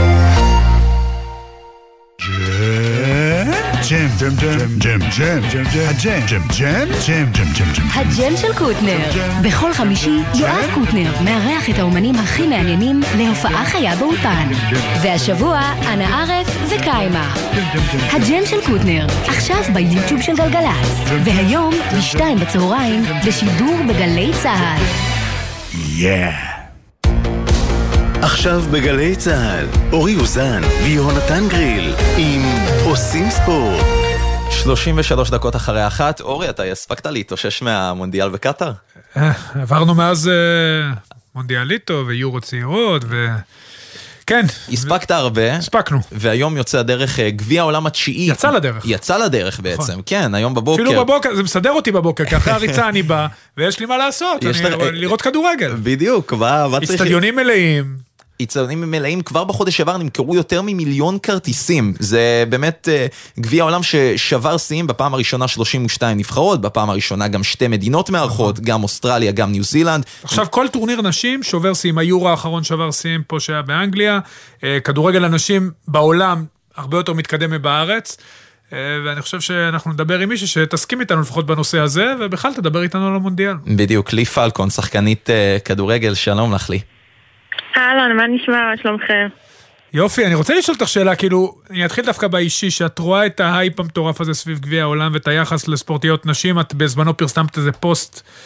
ג'ם, ג'ם, ג'ם, ג'ם, ג'ם, ג'ם, ג'ם, ג'ם, ג'ם, ג'ם, ג'ם, ג'ם, ג'ם. הג'ם של קוטנר. בכל חמישי יואב קוטנר מארח את האומנים הכי מעניינים להופעה חיה באולפן. והשבוע אנה ערף וקיימה. הג'ם של קוטנר, עכשיו ביוטיוב של גלגלצ. והיום בשתיים בצהריים בשידור בגלי צהל. יא! עכשיו בגלי צהל, אורי אוזן ויונתן גריל עם עושים ספורט. שלושים ושלוש דקות אחרי אחת. אורי, אתה הספקת להתאושש מהמונדיאל בקטר? עברנו מאז מונדיאליטו ויורו צעירות ו... כן. הספקת הרבה. הספקנו. והיום יוצא הדרך גביע העולם התשיעי. יצא לדרך. יצא לדרך בעצם, כן, היום בבוקר. אפילו בבוקר, זה מסדר אותי בבוקר, כי אחרי הריצה אני בא, ויש לי מה לעשות, לראות כדורגל. בדיוק, מה צריך... אצטדיונים מלאים. אצטדיונים מלאים, כבר בחודש שעבר נמכרו יותר ממיליון כרטיסים. זה באמת גביע העולם ששבר שיאים, בפעם הראשונה שלושים ושתיים נבחרות, בפעם הראשונה גם שתי מדינות מארחות, גם אוסטרליה, גם ניו זילנד. עכשיו כל טורניר נשים שובר שיאים, היורו האחרון שבר שיאים פה שהיה באנגליה, כדורגל הנשים בעולם הרבה יותר מתקדם מבארץ, ואני חושב שאנחנו נדבר עם מישהו שתסכים איתנו לפחות בנושא הזה, ובכלל תדבר איתנו על המונדיאל. בדיוק, לי פלקון, שחקנית כדורגל, שלום לך לי. אהלן, מה נשמע? שלומכם? יופי, אני רוצה לשאול אותך שאלה, כאילו, אני אתחיל דווקא באישי, שאת רואה את ההייפ המטורף הזה סביב גביע העולם, ואת היחס לספורטיות נשים, את בזמנו פרסמת איזה פוסט,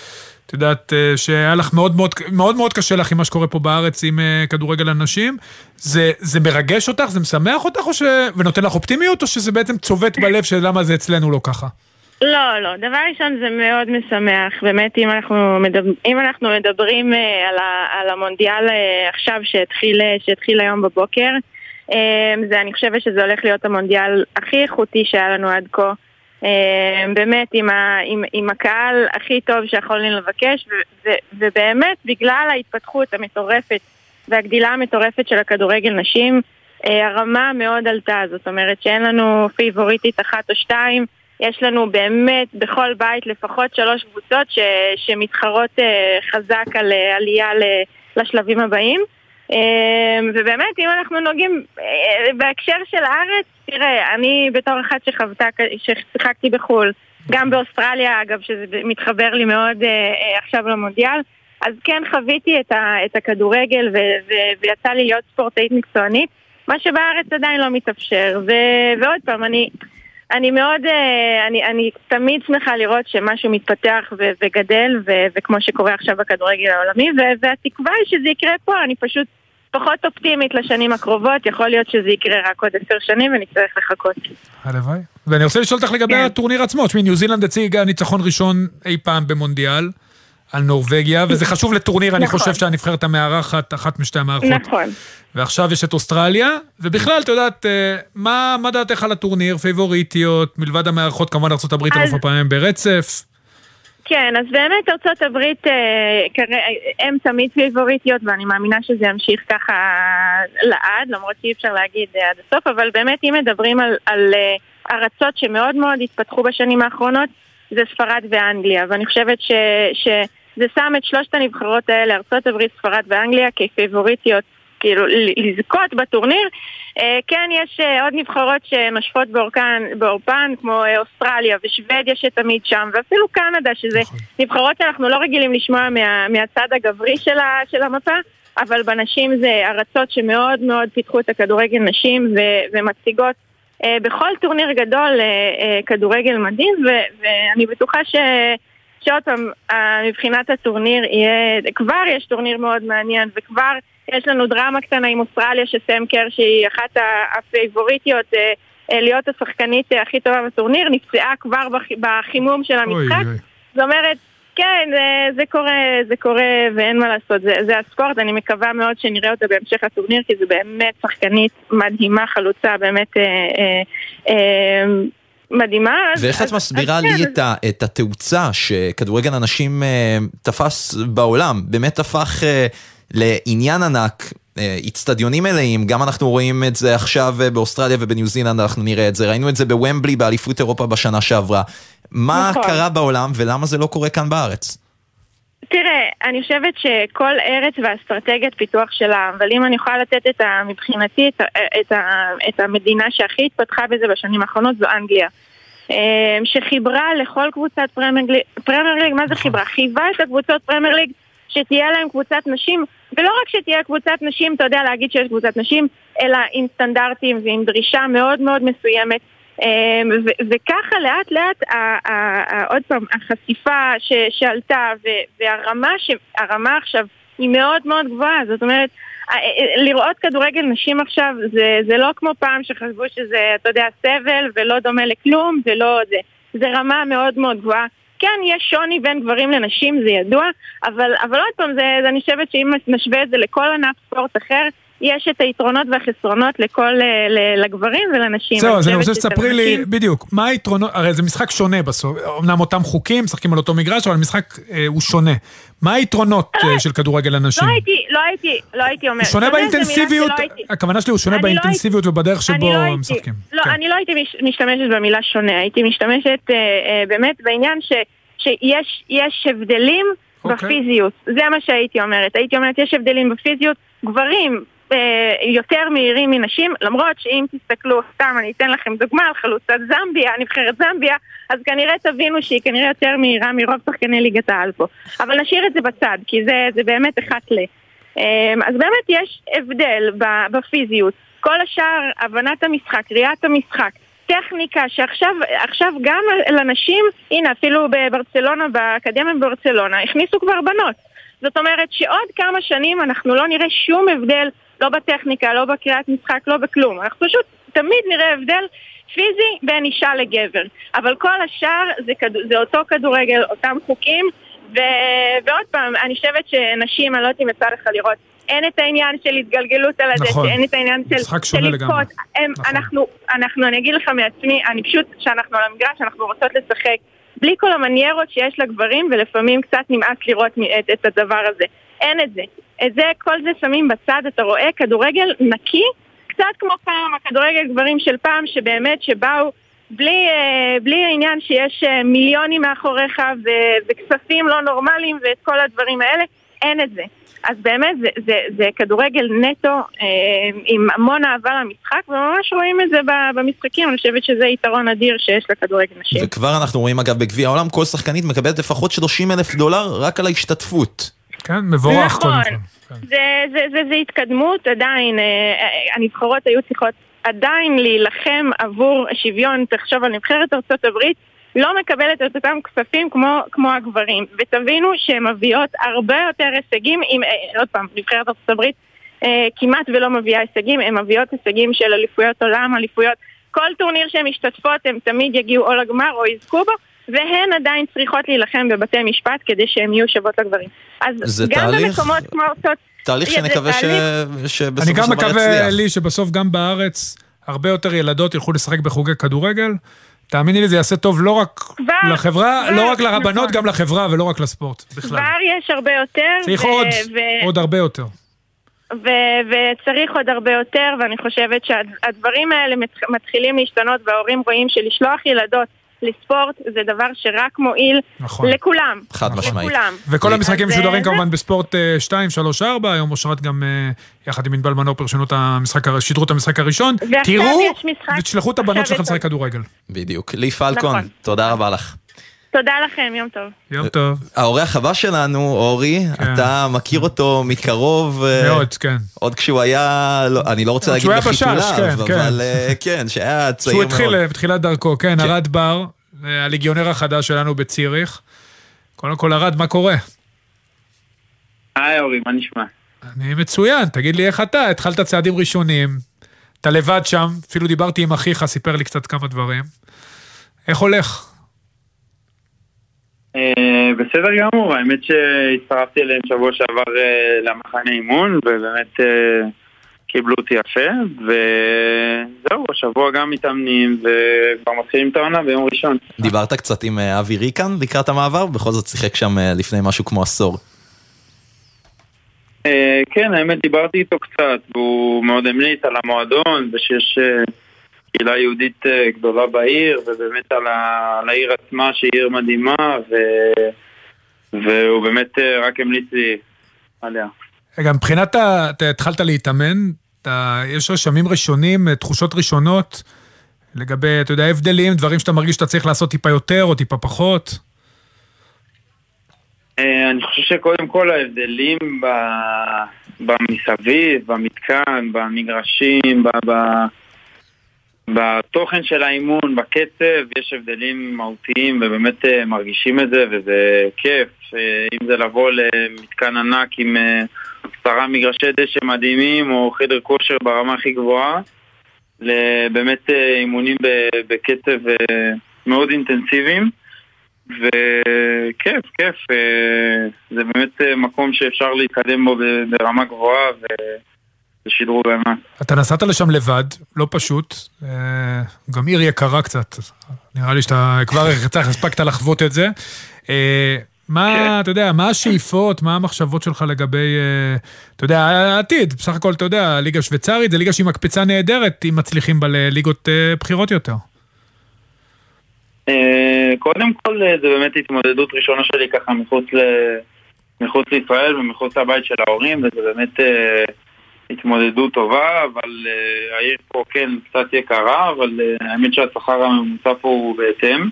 את יודעת שהיה לך מאוד מאוד, מאוד מאוד קשה לך עם מה שקורה פה בארץ עם כדורגל הנשים. זה, זה מרגש אותך, זה משמח אותך, או ש... ונותן לך אופטימיות, או שזה בעצם צובט בלב של למה זה אצלנו לא ככה? לא, לא. דבר ראשון זה מאוד משמח. באמת, אם אנחנו, מדבר, אם אנחנו מדברים על, ה, על המונדיאל עכשיו שהתחיל, שהתחיל היום בבוקר, זה, אני חושבת שזה הולך להיות המונדיאל הכי איכותי שהיה לנו עד כה. באמת עם, ה, עם, עם הקהל הכי טוב שיכולנו לבקש, ו, ו, ובאמת בגלל ההתפתחות המטורפת והגדילה המטורפת של הכדורגל נשים, הרמה מאוד עלתה. זאת אומרת שאין לנו פיבוריטית אחת או שתיים, יש לנו באמת בכל בית לפחות שלוש קבוצות ש, שמתחרות חזק על עלייה לשלבים הבאים. ובאמת אם אנחנו נוגעים בהקשר של הארץ, תראה, אני בתור אחת שחוותה, ששיחקתי בחול, גם באוסטרליה אגב, שזה מתחבר לי מאוד עכשיו למונדיאל, אז כן חוויתי את, ה, את הכדורגל ו, ו, ויצא לי להיות ספורטאית מקצוענית, מה שבארץ עדיין לא מתאפשר. ו, ועוד פעם, אני, אני מאוד, אני, אני תמיד שמחה לראות שמשהו מתפתח ו, וגדל, ו, וכמו שקורה עכשיו בכדורגל העולמי, ו, והתקווה היא שזה יקרה פה. אני פשוט פחות אופטימית לשנים הקרובות, יכול להיות שזה יקרה רק עוד עשר שנים ונצטרך לחכות. הלוואי. ואני רוצה לשאול אותך לגבי הטורניר עצמו, שמי, ניו זילנד הציגה ניצחון ראשון אי פעם במונדיאל על נורווגיה, וזה חשוב לטורניר, אני חושב שהנבחרת המארחת, אחת משתי המארחות. נכון. ועכשיו יש את אוסטרליה, ובכלל, אתה יודעת, מה, מה דעתך על הטורניר? פייבוריטיות, מלבד המארחות, כמובן ארצות הברית אלוף הפעמים ברצף. כן, אז באמת ארצות הברית הם תמיד פייבוריטיות, ואני מאמינה שזה ימשיך ככה לעד, למרות שאי אפשר להגיד עד הסוף, אבל באמת אם מדברים על, על ארצות שמאוד מאוד התפתחו בשנים האחרונות, זה ספרד ואנגליה, ואני חושבת ש, שזה שם את שלושת הנבחרות האלה, ארצות הברית, ספרד ואנגליה, כפייבוריטיות, כאילו לזכות בטורניר. כן, יש עוד נבחרות שנושפות באורפן, באורפן כמו אוסטרליה ושוודיה שתמיד שם, ואפילו קנדה, שזה נבחרות שאנחנו לא רגילים לשמוע מה, מהצד הגברי של, ה, של המפה, אבל בנשים זה ארצות שמאוד מאוד פיתחו את הכדורגל נשים ו, ומציגות בכל טורניר גדול כדורגל מדהים, ו- ואני בטוחה ש... שעוד פעם, מבחינת הטורניר יהיה, כבר יש טורניר מאוד מעניין, וכבר יש לנו דרמה קטנה עם אוסטרליה, שסם קר, שהיא אחת הפייבוריטיות להיות השחקנית הכי טובה בטורניר, נפצעה כבר בחימום של המשחק. זאת אומרת, כן, זה, זה קורה, זה קורה ואין מה לעשות, זה, זה הספורט, אני מקווה מאוד שנראה אותה בהמשך הטורניר, כי זה באמת שחקנית מדהימה, חלוצה, באמת אה, אה, אה, מדהימה. ואיך את מסבירה לי את, ה, את התאוצה שכדורגל אנשים אה, תפס בעולם, באמת הפך אה, לעניין ענק, אצטדיונים מלאים, גם אנחנו רואים את זה עכשיו באוסטרליה ובניו זילנד, אנחנו נראה את זה, ראינו את זה בוומבלי באליפות אירופה בשנה שעברה. מה נכון. קרה בעולם ולמה זה לא קורה כאן בארץ? תראה, אני חושבת שכל ארץ והאסטרטגיית פיתוח שלה, אבל אם אני יכולה לתת את ה, מבחינתי את, ה, את, ה, את המדינה שהכי התפתחה בזה בשנים האחרונות, זו אנגליה. שחיברה לכל קבוצת פרמייר ליג, פרמייר ליג, מה זה חיברה? חייבה את הקבוצות פרמייר ליג שתהיה להם קבוצת נשים, ולא רק שתהיה קבוצת נשים, אתה יודע להגיד שיש קבוצת נשים, אלא עם סטנדרטים ועם דרישה מאוד מאוד מסוימת, וככה לאט לאט, עוד פעם, החשיפה שעלתה, והרמה עכשיו היא מאוד מאוד גבוהה, זאת אומרת, לראות כדורגל נשים עכשיו, זה לא כמו פעם שחשבו שזה, אתה יודע, סבל, ולא דומה לכלום, ולא זה, זה רמה מאוד מאוד גבוהה. כן, יש שוני בין גברים לנשים, זה ידוע, אבל, אבל עוד פעם, זה, אני חושבת שאם נשווה את זה לכל ענף ספורט אחר, יש את היתרונות והחסרונות לכל, לגברים ולנשים. זהו, אז אני רוצה שתספרי לי, בדיוק, מה היתרונות, הרי זה משחק שונה בסוף, אמנם אותם חוקים, משחקים על אותו מגרש, אבל המשחק אה, הוא שונה. מה היתרונות אה, של כדורגל לנשים? לא הייתי, לא הייתי, לא הייתי אומרת. הוא שונה באינטנסיביות, הכוונה שלי הוא שונה באינטנסיביות ובדרך שבו משחקים. לא, אני לא הייתי משתמשת במילה שונה, הייתי משתמשת באמת בעניין שיש הבדלים בפיזיות. זה מה שהייתי אומרת. הייתי אומרת, יש הבדלים בפיזיות, גברים יותר מהירים מנשים, למרות שאם תסתכלו, סתם אני אתן לכם דוגמה על חלוצת זמביה, נבחרת זמביה, אז כנראה תבינו שהיא כנראה יותר מהירה מרוב שחקני ליגת העל פה. אבל נשאיר את זה בצד, כי זה, זה באמת אחד ל... אז באמת יש הבדל בפיזיות. כל השאר, הבנת המשחק, ראיית המשחק, טכניקה שעכשיו עכשיו גם לנשים, הנה אפילו בברצלונה, באקדמיה בברצלונה, הכניסו כבר בנות. זאת אומרת שעוד כמה שנים אנחנו לא נראה שום הבדל, לא בטכניקה, לא בקריאת משחק, לא בכלום. אנחנו פשוט תמיד נראה הבדל פיזי בין אישה לגבר. אבל כל השאר זה, כד... זה אותו כדורגל, אותם חוקים, ו... ועוד פעם, אני חושבת שנשים, אני לא יודעת אם יצא לך לראות, אין את העניין של התגלגלות על הדשא, נכון. אין את העניין של, של לבכות. נכון. אנחנו, אנחנו, אני אגיד לך מעצמי, אני פשוט, שאנחנו על המגרש, אנחנו רוצות לשחק, בלי כל המניירות שיש לגברים, ולפעמים קצת נמאס לראות את, את הדבר הזה. אין את זה. את זה, כל זה שמים בצד, אתה רואה כדורגל נקי, קצת כמו פעם, הכדורגל גברים של פעם, שבאמת שבאו בלי, בלי העניין שיש מיליונים מאחוריך, וכספים לא נורמליים, ואת כל הדברים האלה, אין את זה. אז באמת זה, זה, זה כדורגל נטו אה, עם המון אהבה למשחק, וממש רואים את זה במשחקים. אני חושבת שזה יתרון אדיר שיש לכדורגל נשים. וכבר אנחנו רואים אגב בגביע העולם, כל שחקנית מקבלת לפחות שלושים אלף דולר רק על ההשתתפות. כן, מבורך. נכון, זה, זה, זה, זה, זה התקדמות עדיין. אה, הנבחרות היו צריכות עדיין להילחם עבור שוויון. תחשוב על נבחרת ארצות הברית, לא מקבלת את אותם כספים כמו, כמו הגברים. ותבינו שהן מביאות הרבה יותר הישגים, עם, עוד פעם, נבחרת ארצות הברית אה, כמעט ולא מביאה הישגים, הן מביאות הישגים של אליפויות עולם, אליפויות, כל טורניר שהן משתתפות, הן תמיד יגיעו או לגמר או יזכו בו, והן עדיין צריכות להילחם בבתי משפט כדי שהן יהיו שוות לגברים. אז גם תהליך, במקומות כמו ארצות... תהליך שנקווה ש... שבסוף אני גם מקווה לי שבסוף גם בארץ הרבה יותר ילדות ילכו לשחק בחוגי כדורגל, תאמיני לי, זה יעשה טוב לא רק כבר, לחברה, כבר, לא רק לרבנות, נכון. גם לחברה ולא רק לספורט, בכלל. כבר יש הרבה יותר. צריך ו- עוד, ו- עוד הרבה יותר. ו- וצריך עוד הרבה יותר, ואני חושבת שהדברים האלה מתחילים להשתנות, וההורים רואים שלשלוח ילדות לספורט זה דבר שרק מועיל נכון. לכולם. חד משמעית. לכולם. וכל המשחקים משודרים כמובן בספורט שתיים, שלוש, ארבע, היום אושרת גם יחד עם ענבל מנור פרשנו את המשחק, שידרו את המשחק הראשון. תראו ותשלחו את הבנות שלכם לשחק כדורגל. בדיוק. לי פלקון, נכון. תודה רבה לך. תודה לכם, יום טוב. יום טוב. האורח הבא שלנו, אורי, כן. אתה מכיר אותו מקרוב. מאוד, כן. עוד כשהוא היה, לא, אני לא רוצה להגיד בחיתוליו, כן, אבל כן, כן שהיה צעיר מאוד. שהוא התחיל בתחילת דרכו, כן, כן. ארד בר, הליגיונר החדש שלנו בציריך. קודם כל, ארד, מה קורה? היי, אורי, מה נשמע? אני מצוין, תגיד לי איך אתה, התחלת צעדים ראשונים, אתה לבד שם, אפילו דיברתי עם אחיך, סיפר לי קצת כמה דברים. איך הולך? בסדר גמור, האמת שהצטרפתי אליהם שבוע שעבר למחנה אימון, ובאמת קיבלו אותי יפה, וזהו, השבוע גם מתאמנים, וכבר מתחילים את העונה ביום ראשון. דיברת קצת עם אבי ריקן לקראת המעבר? בכל זאת שיחק שם לפני משהו כמו עשור. כן, האמת דיברתי איתו קצת, והוא מאוד המליץ על המועדון, ושיש קהילה יהודית גדולה בעיר, ובאמת על, ה... על העיר עצמה שהיא עיר מדהימה, ו... והוא באמת רק המליץ לי עליה. גם מבחינת, אתה התחלת להתאמן, אתה... יש רשמים ראשונים, תחושות ראשונות, לגבי, אתה יודע, הבדלים, דברים שאתה מרגיש שאתה צריך לעשות טיפה יותר או טיפה פחות? אני חושב שקודם כל ההבדלים ב... במסביב, במתקן, במגרשים, ב... ב... בתוכן של האימון, בקצב, יש הבדלים מהותיים ובאמת מרגישים את זה וזה כיף. אם זה לבוא למתקן ענק עם עשרה מגרשי דשא מדהימים או חדר כושר ברמה הכי גבוהה, באמת אימונים בקצב מאוד אינטנסיביים וכיף, כיף. זה באמת מקום שאפשר להתקדם בו ברמה גבוהה ו... שדרוג באמת. אתה נסעת לשם לבד, לא פשוט, גם עיר יקרה קצת, נראה לי שאתה כבר הספקת לחוות את זה. מה, אתה יודע, מה השאיפות, מה המחשבות שלך לגבי, אתה יודע, העתיד, בסך הכל, אתה יודע, הליגה השוויצרית, זה ליגה שהיא מקפצה נהדרת, אם מצליחים בליגות בחירות יותר. קודם כל, זה באמת התמודדות ראשונה שלי ככה מחוץ לישראל ומחוץ לבית של ההורים, וזה באמת... התמודדות טובה, אבל uh, העיר פה כן קצת יקרה, אבל uh, האמת שהשכר הממוצע פה הוא בהתאם.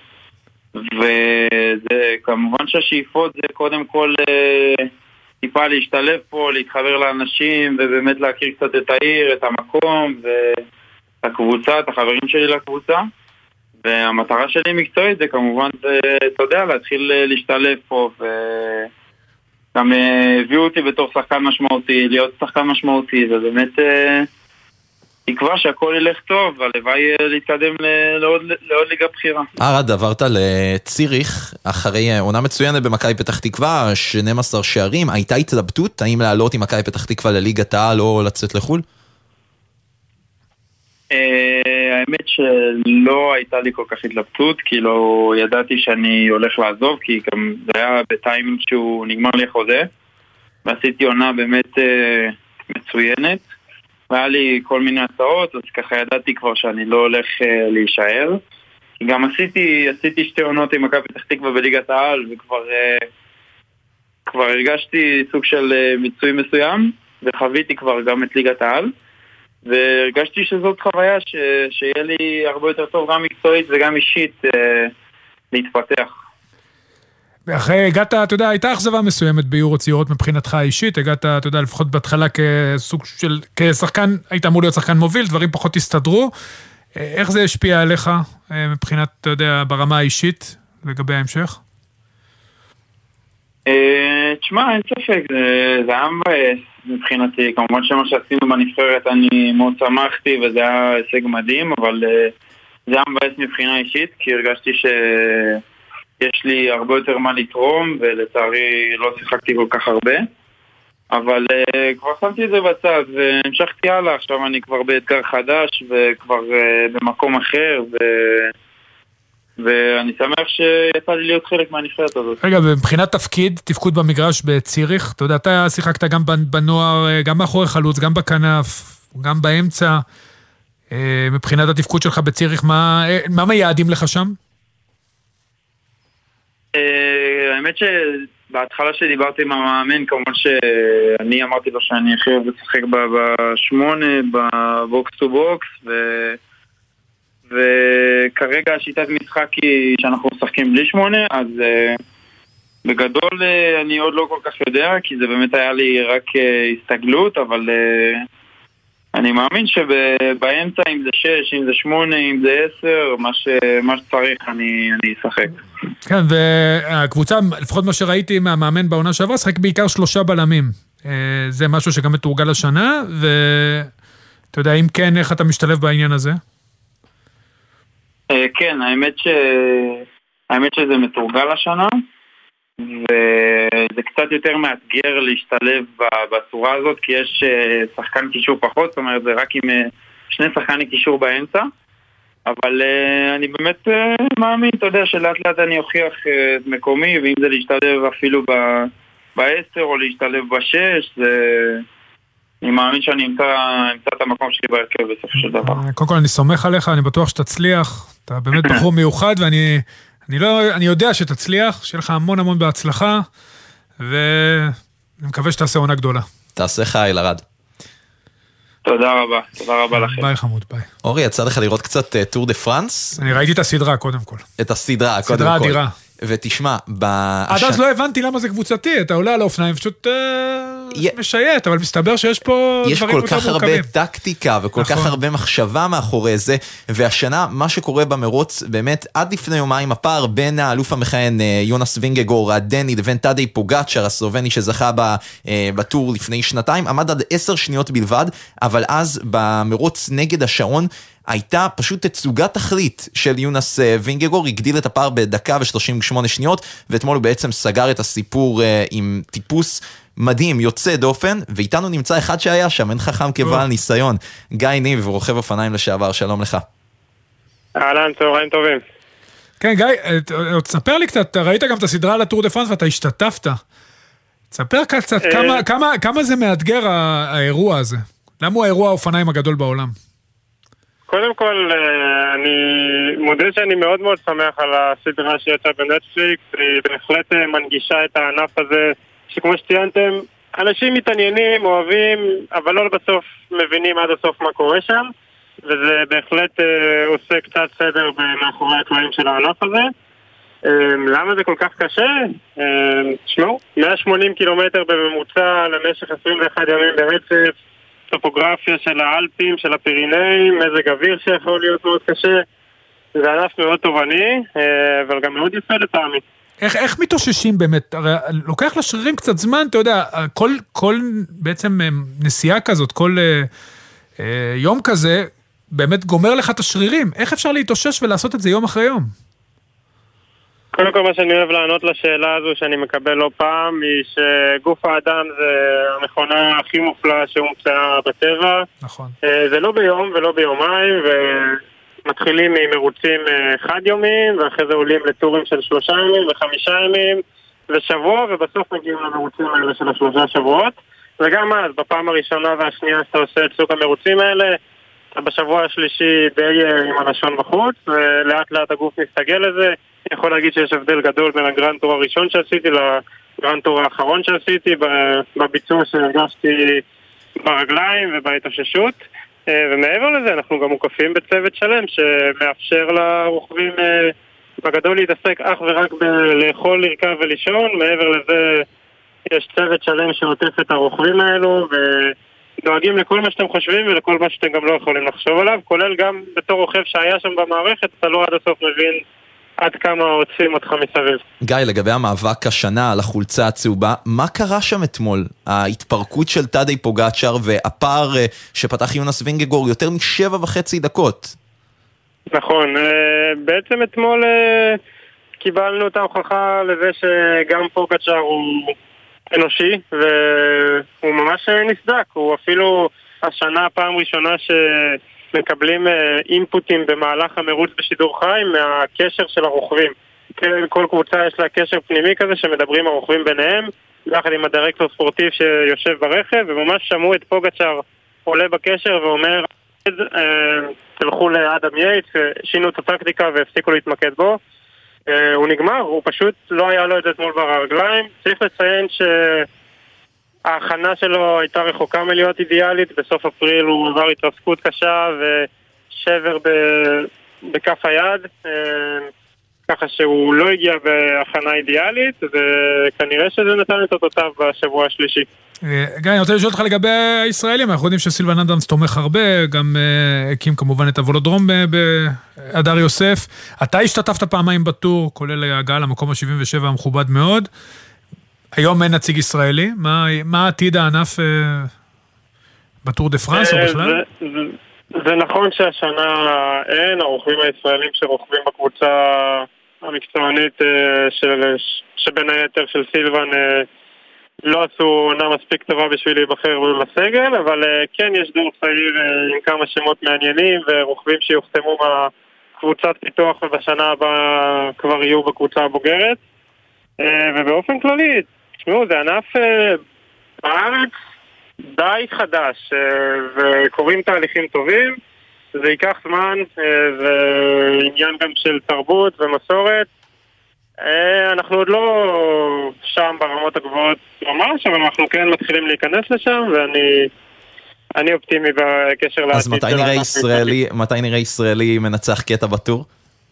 וכמובן שהשאיפות זה קודם כל uh, טיפה להשתלב פה, להתחבר לאנשים, ובאמת להכיר קצת את העיר, את המקום, הקבוצה, את החברים שלי לקבוצה, והמטרה שלי מקצועית זה כמובן, זה, אתה יודע, להתחיל להשתלב פה, וגם הביאו אותי בתור שחקן משמעותי, להיות שחקן משמעותי, ובאמת תקווה שהכל ילך טוב, והלוואי להתקדם לעוד, לעוד ליגה בחירה. ארד, עברת לציריך, אחרי עונה מצוינת במכבי פתח תקווה, שנים עשר שערים, הייתה התלבטות, האם לעלות עם מכבי פתח תקווה לליגת העל או לצאת לחול? האמת שלא הייתה לי כל כך התלבטות, כי לא ידעתי שאני הולך לעזוב, כי גם זה היה בטיימינג שהוא נגמר לי חוזה, ועשיתי עונה באמת מצוינת, והיה לי כל מיני הצעות, אז ככה ידעתי כבר שאני לא הולך להישאר. גם עשיתי, עשיתי שתי עונות עם מכבי פתח תקווה בליגת העל, וכבר כבר הרגשתי סוג של מיצוי מסוים, וחוויתי כבר גם את ליגת העל. והרגשתי שזאת חוויה ש... שיהיה לי הרבה יותר טוב גם מקצועית וגם אישית אה, להתפתח. ואחרי הגעת, אתה יודע, הייתה אכזבה מסוימת ביורו צעירות מבחינתך האישית, הגעת, אתה יודע, לפחות בהתחלה כסוג של, כשחקן, היית אמור להיות שחקן מוביל, דברים פחות הסתדרו. איך זה השפיע עליך מבחינת, אתה יודע, ברמה האישית לגבי ההמשך? תשמע, אין ספק, זה היה מבאס מבחינתי, כמובן שמה שעשינו בנבחרת אני מאוד שמחתי וזה היה הישג מדהים, אבל זה היה מבאס מבחינה אישית, כי הרגשתי שיש לי הרבה יותר מה לתרום, ולצערי לא שיחקתי כל כך הרבה, אבל כבר שמתי את זה בצד והמשכתי הלאה. עכשיו אני כבר באתגר חדש וכבר במקום אחר, ו... ואני שמח שיצא לי להיות חלק מהנבחרת הזאת. רגע, מבחינת תפקיד, תפקוד במגרש בציריך, אתה יודע, אתה שיחקת גם בנוער, גם מאחורי חלוץ, גם בכנף, גם באמצע. מבחינת התפקוד שלך בציריך, מה, מה מייעדים לך שם? האמת שבהתחלה שדיברתי עם המאמן, כמובן שאני אמרתי לו שאני הכי אוהב לשחק בשמונה, בבוקס טו בוקס, ו... וכרגע השיטת משחק היא שאנחנו משחקים בלי שמונה, אז uh, בגדול uh, אני עוד לא כל כך יודע, כי זה באמת היה לי רק uh, הסתגלות, אבל uh, אני מאמין שבאמצע, אם זה שש, אם זה שמונה, אם זה עשר, מה, ש, מה שצריך אני, אני אשחק. כן, והקבוצה, לפחות מה שראיתי מהמאמן בעונה שעברה, שחק בעיקר שלושה בלמים. Uh, זה משהו שגם מתורגל השנה, ואתה יודע, אם כן, איך אתה משתלב בעניין הזה? כן, האמת ש... האמת שזה מתורגל השנה, וזה קצת יותר מאתגר להשתלב בצורה הזאת, כי יש שחקן קישור פחות, זאת אומרת, זה רק עם שני שחקני קישור באמצע, אבל אני באמת מאמין, אתה יודע, שלאט לאט אני אוכיח את מקומי, ואם זה להשתלב אפילו בעשר או להשתלב בשש, זה... אני מאמין שאני אמצא, אמצא את המקום שלי בהרכב בסופו של דבר. קודם כל אני סומך עליך, אני בטוח שתצליח, אתה באמת בחור מיוחד, ואני אני לא, אני יודע שתצליח, שיהיה לך המון המון בהצלחה, ואני מקווה שתעשה עונה גדולה. תעשה חייל, ארד. תודה רבה, תודה רבה לכם. ביי חמוד, ביי. אורי, יצא לך לראות קצת טור דה פרנס? אני ראיתי את הסדרה קודם כל. את הסדרה, קודם כל. סדרה אדירה. ותשמע, עד אז לא הבנתי למה זה קבוצתי, אתה עולה על האופניים, פשוט משייט, אבל מסתבר שיש פה יש כל כך הרבה טקטיקה וכל כך הרבה מחשבה מאחורי זה, והשנה מה שקורה במרוץ, באמת עד לפני יומיים הפער בין האלוף המכהן יונס וינגגור הדני לבין טאדי פוגאצ'ר הסלובני שזכה בטור לפני שנתיים, עמד עד עשר שניות בלבד, אבל אז במרוץ נגד השעון הייתה פשוט תצוגת תכלית של יונס וינגגור, הגדיל את הפער בדקה ו-שלושים ושמונה שניות, ואתמול הוא בעצם סגר את הסיפור עם טיפוס מדהים, יוצא דופן, ואיתנו נמצא אחד שהיה שם, אין חכם כבעל ניסיון, גיא ניב, רוכב אופניים לשעבר, שלום לך. אהלן, צהריים טובים. כן, גיא, תספר לי קצת, ראית גם את הסדרה על הטור דה פרנס ואתה השתתפת. תספר קצת, כמה, כמה, כמה זה מאתגר האירוע הזה? למה הוא האירוע האופניים הגדול בעולם? קודם כל, אני מודה שאני מאוד מאוד שמח על הסדרה שיצאה בנטפליקס, היא בהחלט מנגישה את הענף הזה, שכמו שציינתם, אנשים מתעניינים, אוהבים, אבל לא בסוף מבינים עד הסוף מה קורה שם, וזה בהחלט אה, עושה קצת סדר מאחורי הקלעים של הענף הזה. אה, למה זה כל כך קשה? אה, תשמעו, מאה ושמונים קילומטר בממוצע למשך עשרים ואחד ימים ברצף, טופוגרפיה של האלפים, של הפירינאים, מזג אוויר שיכול להיות מאוד קשה. זה ענף מאוד תובעני, אבל גם מאוד יפה לטעמי. איך, איך מתאוששים באמת? הרי לוקח לשרירים קצת זמן, אתה יודע, כל, כל בעצם נסיעה כזאת, כל אה, אה, יום כזה, באמת גומר לך את השרירים. איך אפשר להתאושש ולעשות את זה יום אחרי יום? קודם כל מה שאני אוהב לענות לשאלה הזו שאני מקבל לא פעם, היא שגוף האדם זה המכונה הכי מופלאה שהומצאה בטבע. נכון. אה, זה לא ביום ולא ביומיים, ו... מתחילים ממרוצים חד יומיים, ואחרי זה עולים לטורים של שלושה ימים וחמישה ימים ושבוע, ובסוף מגיעים למרוצים האלה של השלושה שבועות. וגם אז, בפעם הראשונה והשנייה שאתה עושה את סוג המרוצים האלה, אתה בשבוע השלישי די עם הלשון בחוץ, ולאט לאט הגוף מסתגל לזה. אני יכול להגיד שיש הבדל גדול בין הגרנד טור הראשון שעשיתי לגרנד טור האחרון שעשיתי, בביצוע שהרגשתי ברגליים ובהתאוששות. ומעבר לזה אנחנו גם מוקפים בצוות שלם שמאפשר לרוכבים בגדול להתעסק אך ורק בלאכול, לרכב ולישון. מעבר לזה יש צוות שלם שעוטף את הרוכבים האלו ודואגים לכל מה שאתם חושבים ולכל מה שאתם גם לא יכולים לחשוב עליו, כולל גם בתור רוכב שהיה שם במערכת, אתה לא עד הסוף מבין עד כמה עוצים אותך מסביב. גיא, לגבי המאבק השנה על החולצה הצהובה, מה קרה שם אתמול? ההתפרקות של טאדי פוגאצ'ר והפער שפתח יונס וינגגור יותר משבע וחצי דקות. נכון, בעצם אתמול קיבלנו את ההוכחה לזה שגם פוגאצ'ר הוא אנושי והוא ממש נסדק. הוא אפילו השנה פעם ראשונה ש... מקבלים אינפוטים במהלך המרוץ בשידור חי מהקשר של הרוכבים. כל קבוצה יש לה קשר פנימי כזה שמדברים הרוכבים ביניהם, יחד עם הדירקטור ספורטיב שיושב ברכב, וממש שמעו את פוגאצ'ר עולה בקשר ואומר, תלכו לאדם יייטס, שינו את הטקטיקה והפסיקו להתמקד בו. הוא נגמר, הוא פשוט לא היה לו את זה אתמול ברגליים. צריך לציין ש... ההכנה שלו הייתה רחוקה מלהיות אידיאלית, בסוף אפריל הוא עבר התרסקות קשה ושבר בכף היד, ככה שהוא לא הגיע בהכנה אידיאלית, וכנראה שזה נתן את אותותיו בשבוע השלישי. גיא, אני רוצה לשאול אותך לגבי הישראלים, אנחנו יודעים שסילבן אדמס תומך הרבה, גם הקים כמובן את הוולודרום בהדר יוסף. אתה השתתפת פעמיים בטור, כולל הגעה למקום ה-שבעים ושבע המכובד מאוד. היום אין נציג ישראלי, מה, מה עתיד הענף אה, בטור דה פרנס או בכלל? זה, זה, זה נכון שהשנה אין, הרוכבים הישראלים שרוכבים בקבוצה המקצוענית אה, של, שבין היתר של סילבן אה, לא עשו עונה מספיק טובה בשביל להיבחר בסגל, אבל אה, כן יש דור צעיר אה, עם כמה שמות מעניינים ורוכבים שיוחתמו בקבוצת פיתוח ובשנה הבאה כבר יהיו בקבוצה הבוגרת. אה, ובאופן כללי, תשמעו, זה ענף בארץ די חדש, וקוראים תהליכים טובים, זה ייקח זמן, זה עניין גם של תרבות ומסורת. אנחנו עוד לא שם ברמות הגבוהות ממש, אבל אנחנו כן מתחילים להיכנס לשם, ואני אני אופטימי בקשר לעתיד. אז מתי נראה ישראלי, מתי נראה ישראלי מנצח קטע בטור?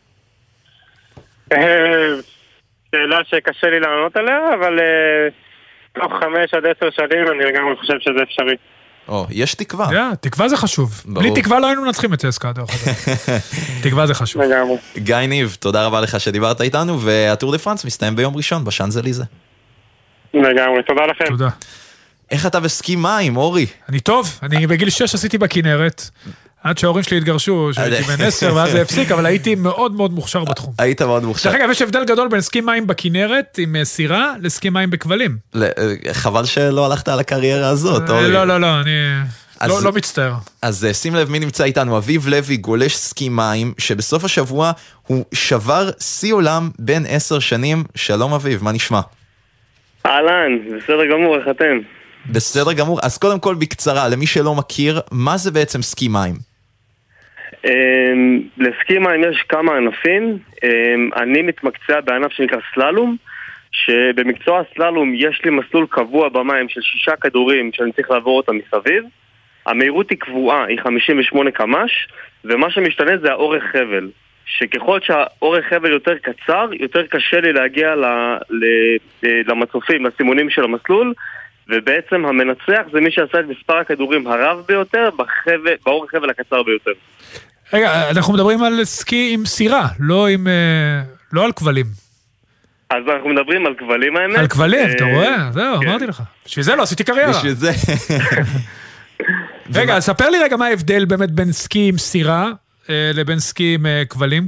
שאלה שקשה לי לענות עליה, אבל תוך חמש עד עשר שנים אני גם חושב שזה אפשרי. או, יש תקווה. Yeah, תקווה זה חשוב. בלי תקווה לא היינו מנצחים את הסקה. תקווה זה חשוב. גיא ניב, תודה רבה לך שדיברת איתנו, והטור דה פרנס מסתיים ביום ראשון בשאנזליזה. לגמרי, תודה לכם. תודה. איך אתה בסקי מים, אורי? אני טוב, אני בגיל שש עשיתי בכנרת. עד שההורים שלי התגרשו, שהייתי בן עשר, ואז זה הפסיק, אבל הייתי מאוד מאוד מוכשר בתחום. היית מאוד מוכשר. דרך אגב, יש הבדל גדול בין סקי מים בכנרת עם סירה, לסקי מים בכבלים. חבל שלא הלכת על הקריירה הזאת, אורי. לא, לא, לא, אני לא מצטער. אז שים לב מי נמצא איתנו, אביב לוי, גולש סקי מים, שבסוף השבוע הוא שבר שיא עולם בין עשר שנים. שלום אביב, מה נשמע? אהלן, בסדר גמור, איך אתם? בסדר גמור, אז קודם כל בקצרה, למי שלא מכיר, מה זה בעצם סקי מים? לסקי מים יש כמה ענפים. אני מתמקצע בענף שנקרא סללום, שבמקצוע הסללום יש לי מסלול קבוע במים של שישה כדורים שאני צריך לעבור אותם מסביב. המהירות היא קבועה, היא חמישים ושמונה קמ"ש, ומה שמשתנה זה האורך חבל, שככל שהאורך חבל יותר קצר, יותר קשה לי להגיע למצופים, לסימונים של המסלול, ובעצם המנצח זה מי שעשה את מספר הכדורים הרב ביותר בחבל, באורך חבל הקצר ביותר. רגע, אנחנו מדברים על סקי עם סירה, לא עם, לא על כבלים. אז אנחנו מדברים על כבלים האמת. על כבלים, אתה רואה? זהו, אמרתי לך. בשביל זה לא עשיתי קריירה. בשביל זה. רגע, ספר לי רגע מה ההבדל באמת בין סקי עם סירה לבין סקי עם כבלים.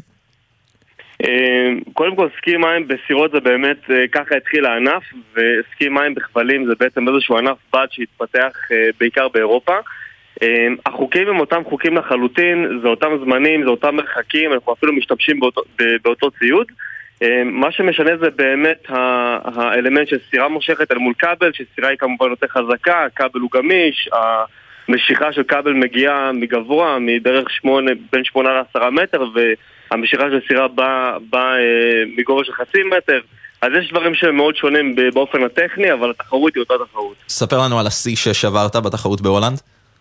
קודם כל, סקי מים בסירות זה באמת, ככה התחיל הענף, וסקי מים בכבלים זה בעצם איזשהו ענף בד שהתפתח בעיקר באירופה. החוקים הם אותם חוקים לחלוטין, זה אותם זמנים, זה אותם מרחקים, אנחנו אפילו משתמשים באותו, באותו ציוד. מה שמשנה זה באמת האלמנט של סירה מושכת אל מול כבל, שסירה היא כמובן יותר חזקה, הכבל הוא גמיש, המשיכה של כבל מגיעה מגבוה, מדרך שמונה, בין שמונה לעשרה מטר, והמשיכה של סירה באה בא, מגובה של חצי מטר. אז יש דברים שהם מאוד שונים באופן הטכני, אבל התחרות היא אותה תחרות. ספר לנו על השיא ששברת בתחרות בהולנד.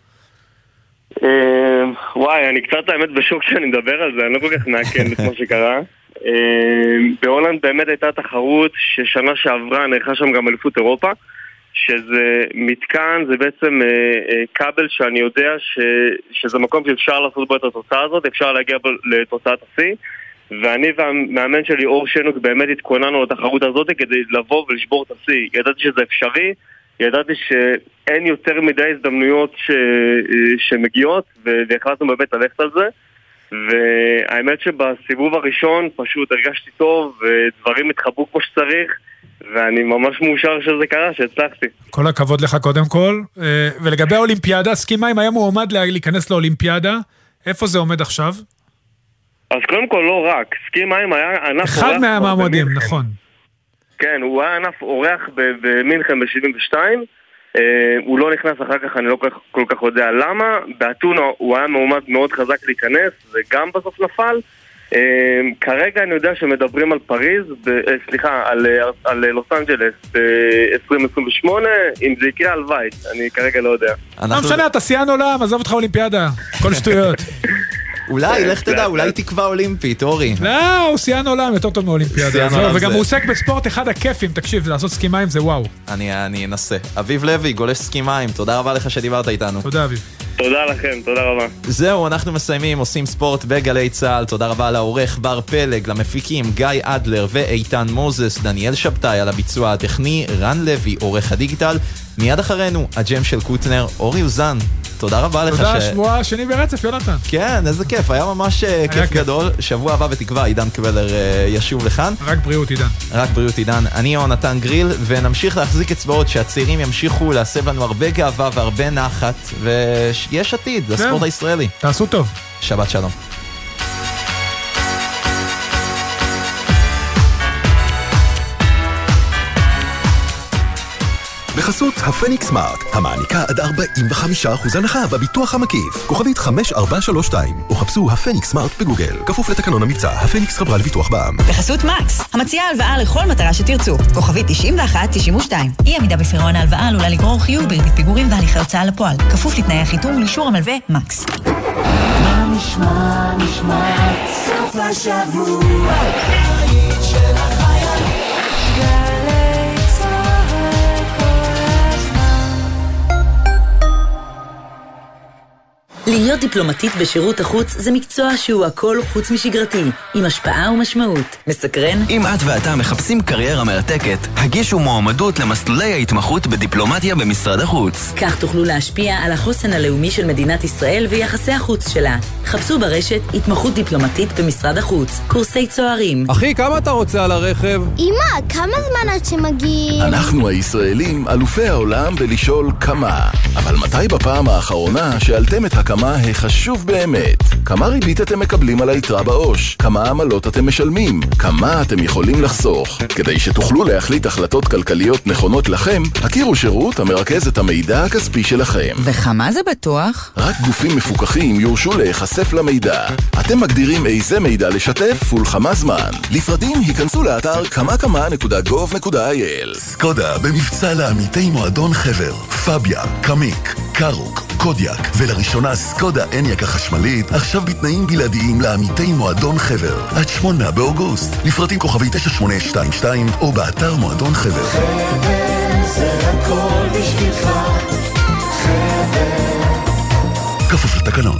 וואי, אני קצת האמת בשוק שאני מדבר על זה, אני לא כל כך מעקן את מה שקרה. בהולנד באמת הייתה תחרות ששנה שעברה נערכה שם גם אליפות אירופה, שזה מתקן, זה בעצם כבל שאני יודע ש, שזה מקום שאפשר לעשות בו את התוצאה הזאת, אפשר להגיע לתוצאת השיא, ואני והמאמן שלי אור שנוק באמת התכוננו לתחרות הזאת כדי לבוא ולשבור את השיא. ידעתי שזה אפשרי, ידעתי שאין יותר מדי הזדמנויות ש, שמגיעות, והחלטנו באמת ללכת על זה. והאמת שבסיבוב הראשון פשוט הרגשתי טוב ודברים התחברו כמו שצריך, ואני ממש מאושר שזה קרה, שהצלחתי. כל הכבוד לך קודם כל. ולגבי האולימפיאדה, סקי מים היה מועמד להיכנס לאולימפיאדה, איפה זה עומד עכשיו? אז קודם כל לא רק, סקי מים היה ענף אחד אורח מהמועמדים, נכון. כן, הוא היה ענף אורח במינכן ב-שבעים ושתיים, הוא לא נכנס אחר כך, אני לא כל כך יודע למה. באתונה הוא היה מעומד מאוד חזק להיכנס, וגם בסוף נפל. כרגע אני יודע שמדברים על פריז, סליחה, על לוס אנג'לס ב-עשרים עשרים ושמונה, אם זה יקרה על וייט, אני כרגע לא יודע. לא משנה, אתה שיאן עולם, עזוב אותך אולימפיאדה, כל שטויות. אולי, לך תדע, אולי תקווה אולימפית, אורי. לא, הוא שיאן עולם, יותר טוב מאולימפיאדה. וגם הוא עוסק בספורט אחד הכיפים, תקשיב, לעשות סקי מים זה וואו. אני אנסה. אביב לוי, גולש סקי מים, תודה רבה לך שדיברת איתנו. תודה אביב. תודה לכם, תודה רבה. זהו, אנחנו מסיימים, עושים ספורט בגלי צהל. תודה רבה לעורך בר פלג, למפיקים גיא אדלר ואיתן מוזס, דניאל שבתאי על הביצוע הטכני, רן לוי, עורך הדיגיטל. מיד אחרינו, הג'ם של קוטנר, אורי אוזן. תודה רבה לך. תודה, שבוע שני ברצף, יונתן. כן, איזה כיף, היה ממש כיף גדול. שבוע הבא בתקווה, עידן קבלר ישוב לכאן. רק בריאות עידן. רק בריאות עידן. אני יונתן גריל, ונמשיך להחזיק אצבעות שהצעירים ימשיכו להסב לנו הרבה גאווה והרבה נחת, ויש עתיד, זה הספורט הישראלי. תעשו טוב. שבת שלום. בחסות הפניקס סמארט, המעניקה עד ארבעים וחמישה אחוז הנחה בביטוח המקיף. כוכבית חמש ארבע שלוש שתיים, או חפשו הפניקס סמארט בגוגל. כפוף לתקנון המבצע, הפניקס חברה לביטוח בע"מ. בחסות מקס, המציעה הלוואה לכל מטרה שתרצו. כוכבית תשעים ואחת תשעים ושתיים. אי עמידה בפירעון ההלוואה עלולה לגרור חיוב בריבית פיגורים והליכי הוצאה לפועל. כפוף לתנאי החיתום ולאישור המלווה מקס. מה נשמע, נשמע, סוף השבוע, העיר של החייל. להיות דיפלומטית בשירות החוץ זה מקצוע שהוא הכל חוץ משגרתי, עם השפעה ומשמעות. מסקרן? אם את ואתה מחפשים קריירה מרתקת, הגישו מועמדות למסלולי ההתמחות בדיפלומטיה במשרד החוץ. כך תוכלו להשפיע על החוסן הלאומי של מדינת ישראל ויחסי החוץ שלה. חפשו ברשת התמחות דיפלומטית במשרד החוץ. קורסי צוערים. אחי, כמה אתה רוצה על הרכב? אמא, כמה זמן עד שמגיעים? אנחנו הישראלים אלופי העולם בלשאול כמה. אבל מתי בפעם האחרונה שאלתם את הכמה החשוב באמת? כמה ריבית אתם מקבלים על היתרה בעו"ש? כמה עמלות אתם משלמים? כמה אתם יכולים לחסוך? כדי שתוכלו להחליט החלטות כלכליות נכונות לכם, הכירו שירות המרכז את המידע הכספי שלכם. וכמה זה בטוח? רק גופים מפוקחים יורשו להיחשף למידע. אתם מגדירים איזה מידע לשתף ולכמה זמן. לפרטים היכנסו לאתר כמה כמה נקודה גוב נקודה איי אל. סקודה במבצע לעמיתי מועדון חבר, פביה, קמיק, קרוק, קודיאק, ולראשונה סקודה אניאק החשמלית, עכשיו בתנאים בלעדיים לעמיתי מועדון חבר. עד שמונה באוגוסט. לפרטים כוכבי תשע שמונה שתיים שתיים, או באתר מועדון חבר. חבר זה הכל בשבילך. חבר. כפוף לתקנון.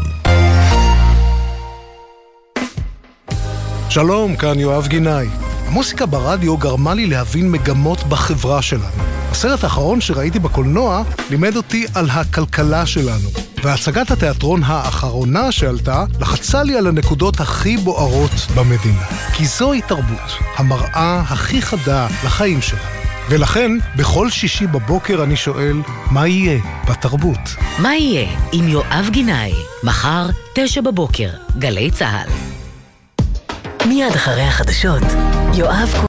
שלום, כאן יואב גינאי. המוסיקה ברדיו גרמה לי להבין מגמות בחברה שלנו. הסרט האחרון שראיתי בקולנוע לימד אותי על הכלכלה שלנו. והצגת התיאטרון האחרונה שעלתה לחצה לי על הנקודות הכי בוערות במדינה. כי זוהי תרבות, המראה הכי חדה לחיים שלנו. ולכן, בכל שישי בבוקר אני שואל, מה יהיה בתרבות? מה יהיה עם יואב גינאי? מחר, תשע בבוקר, גלי צהל. מיד אחרי החדשות, יואב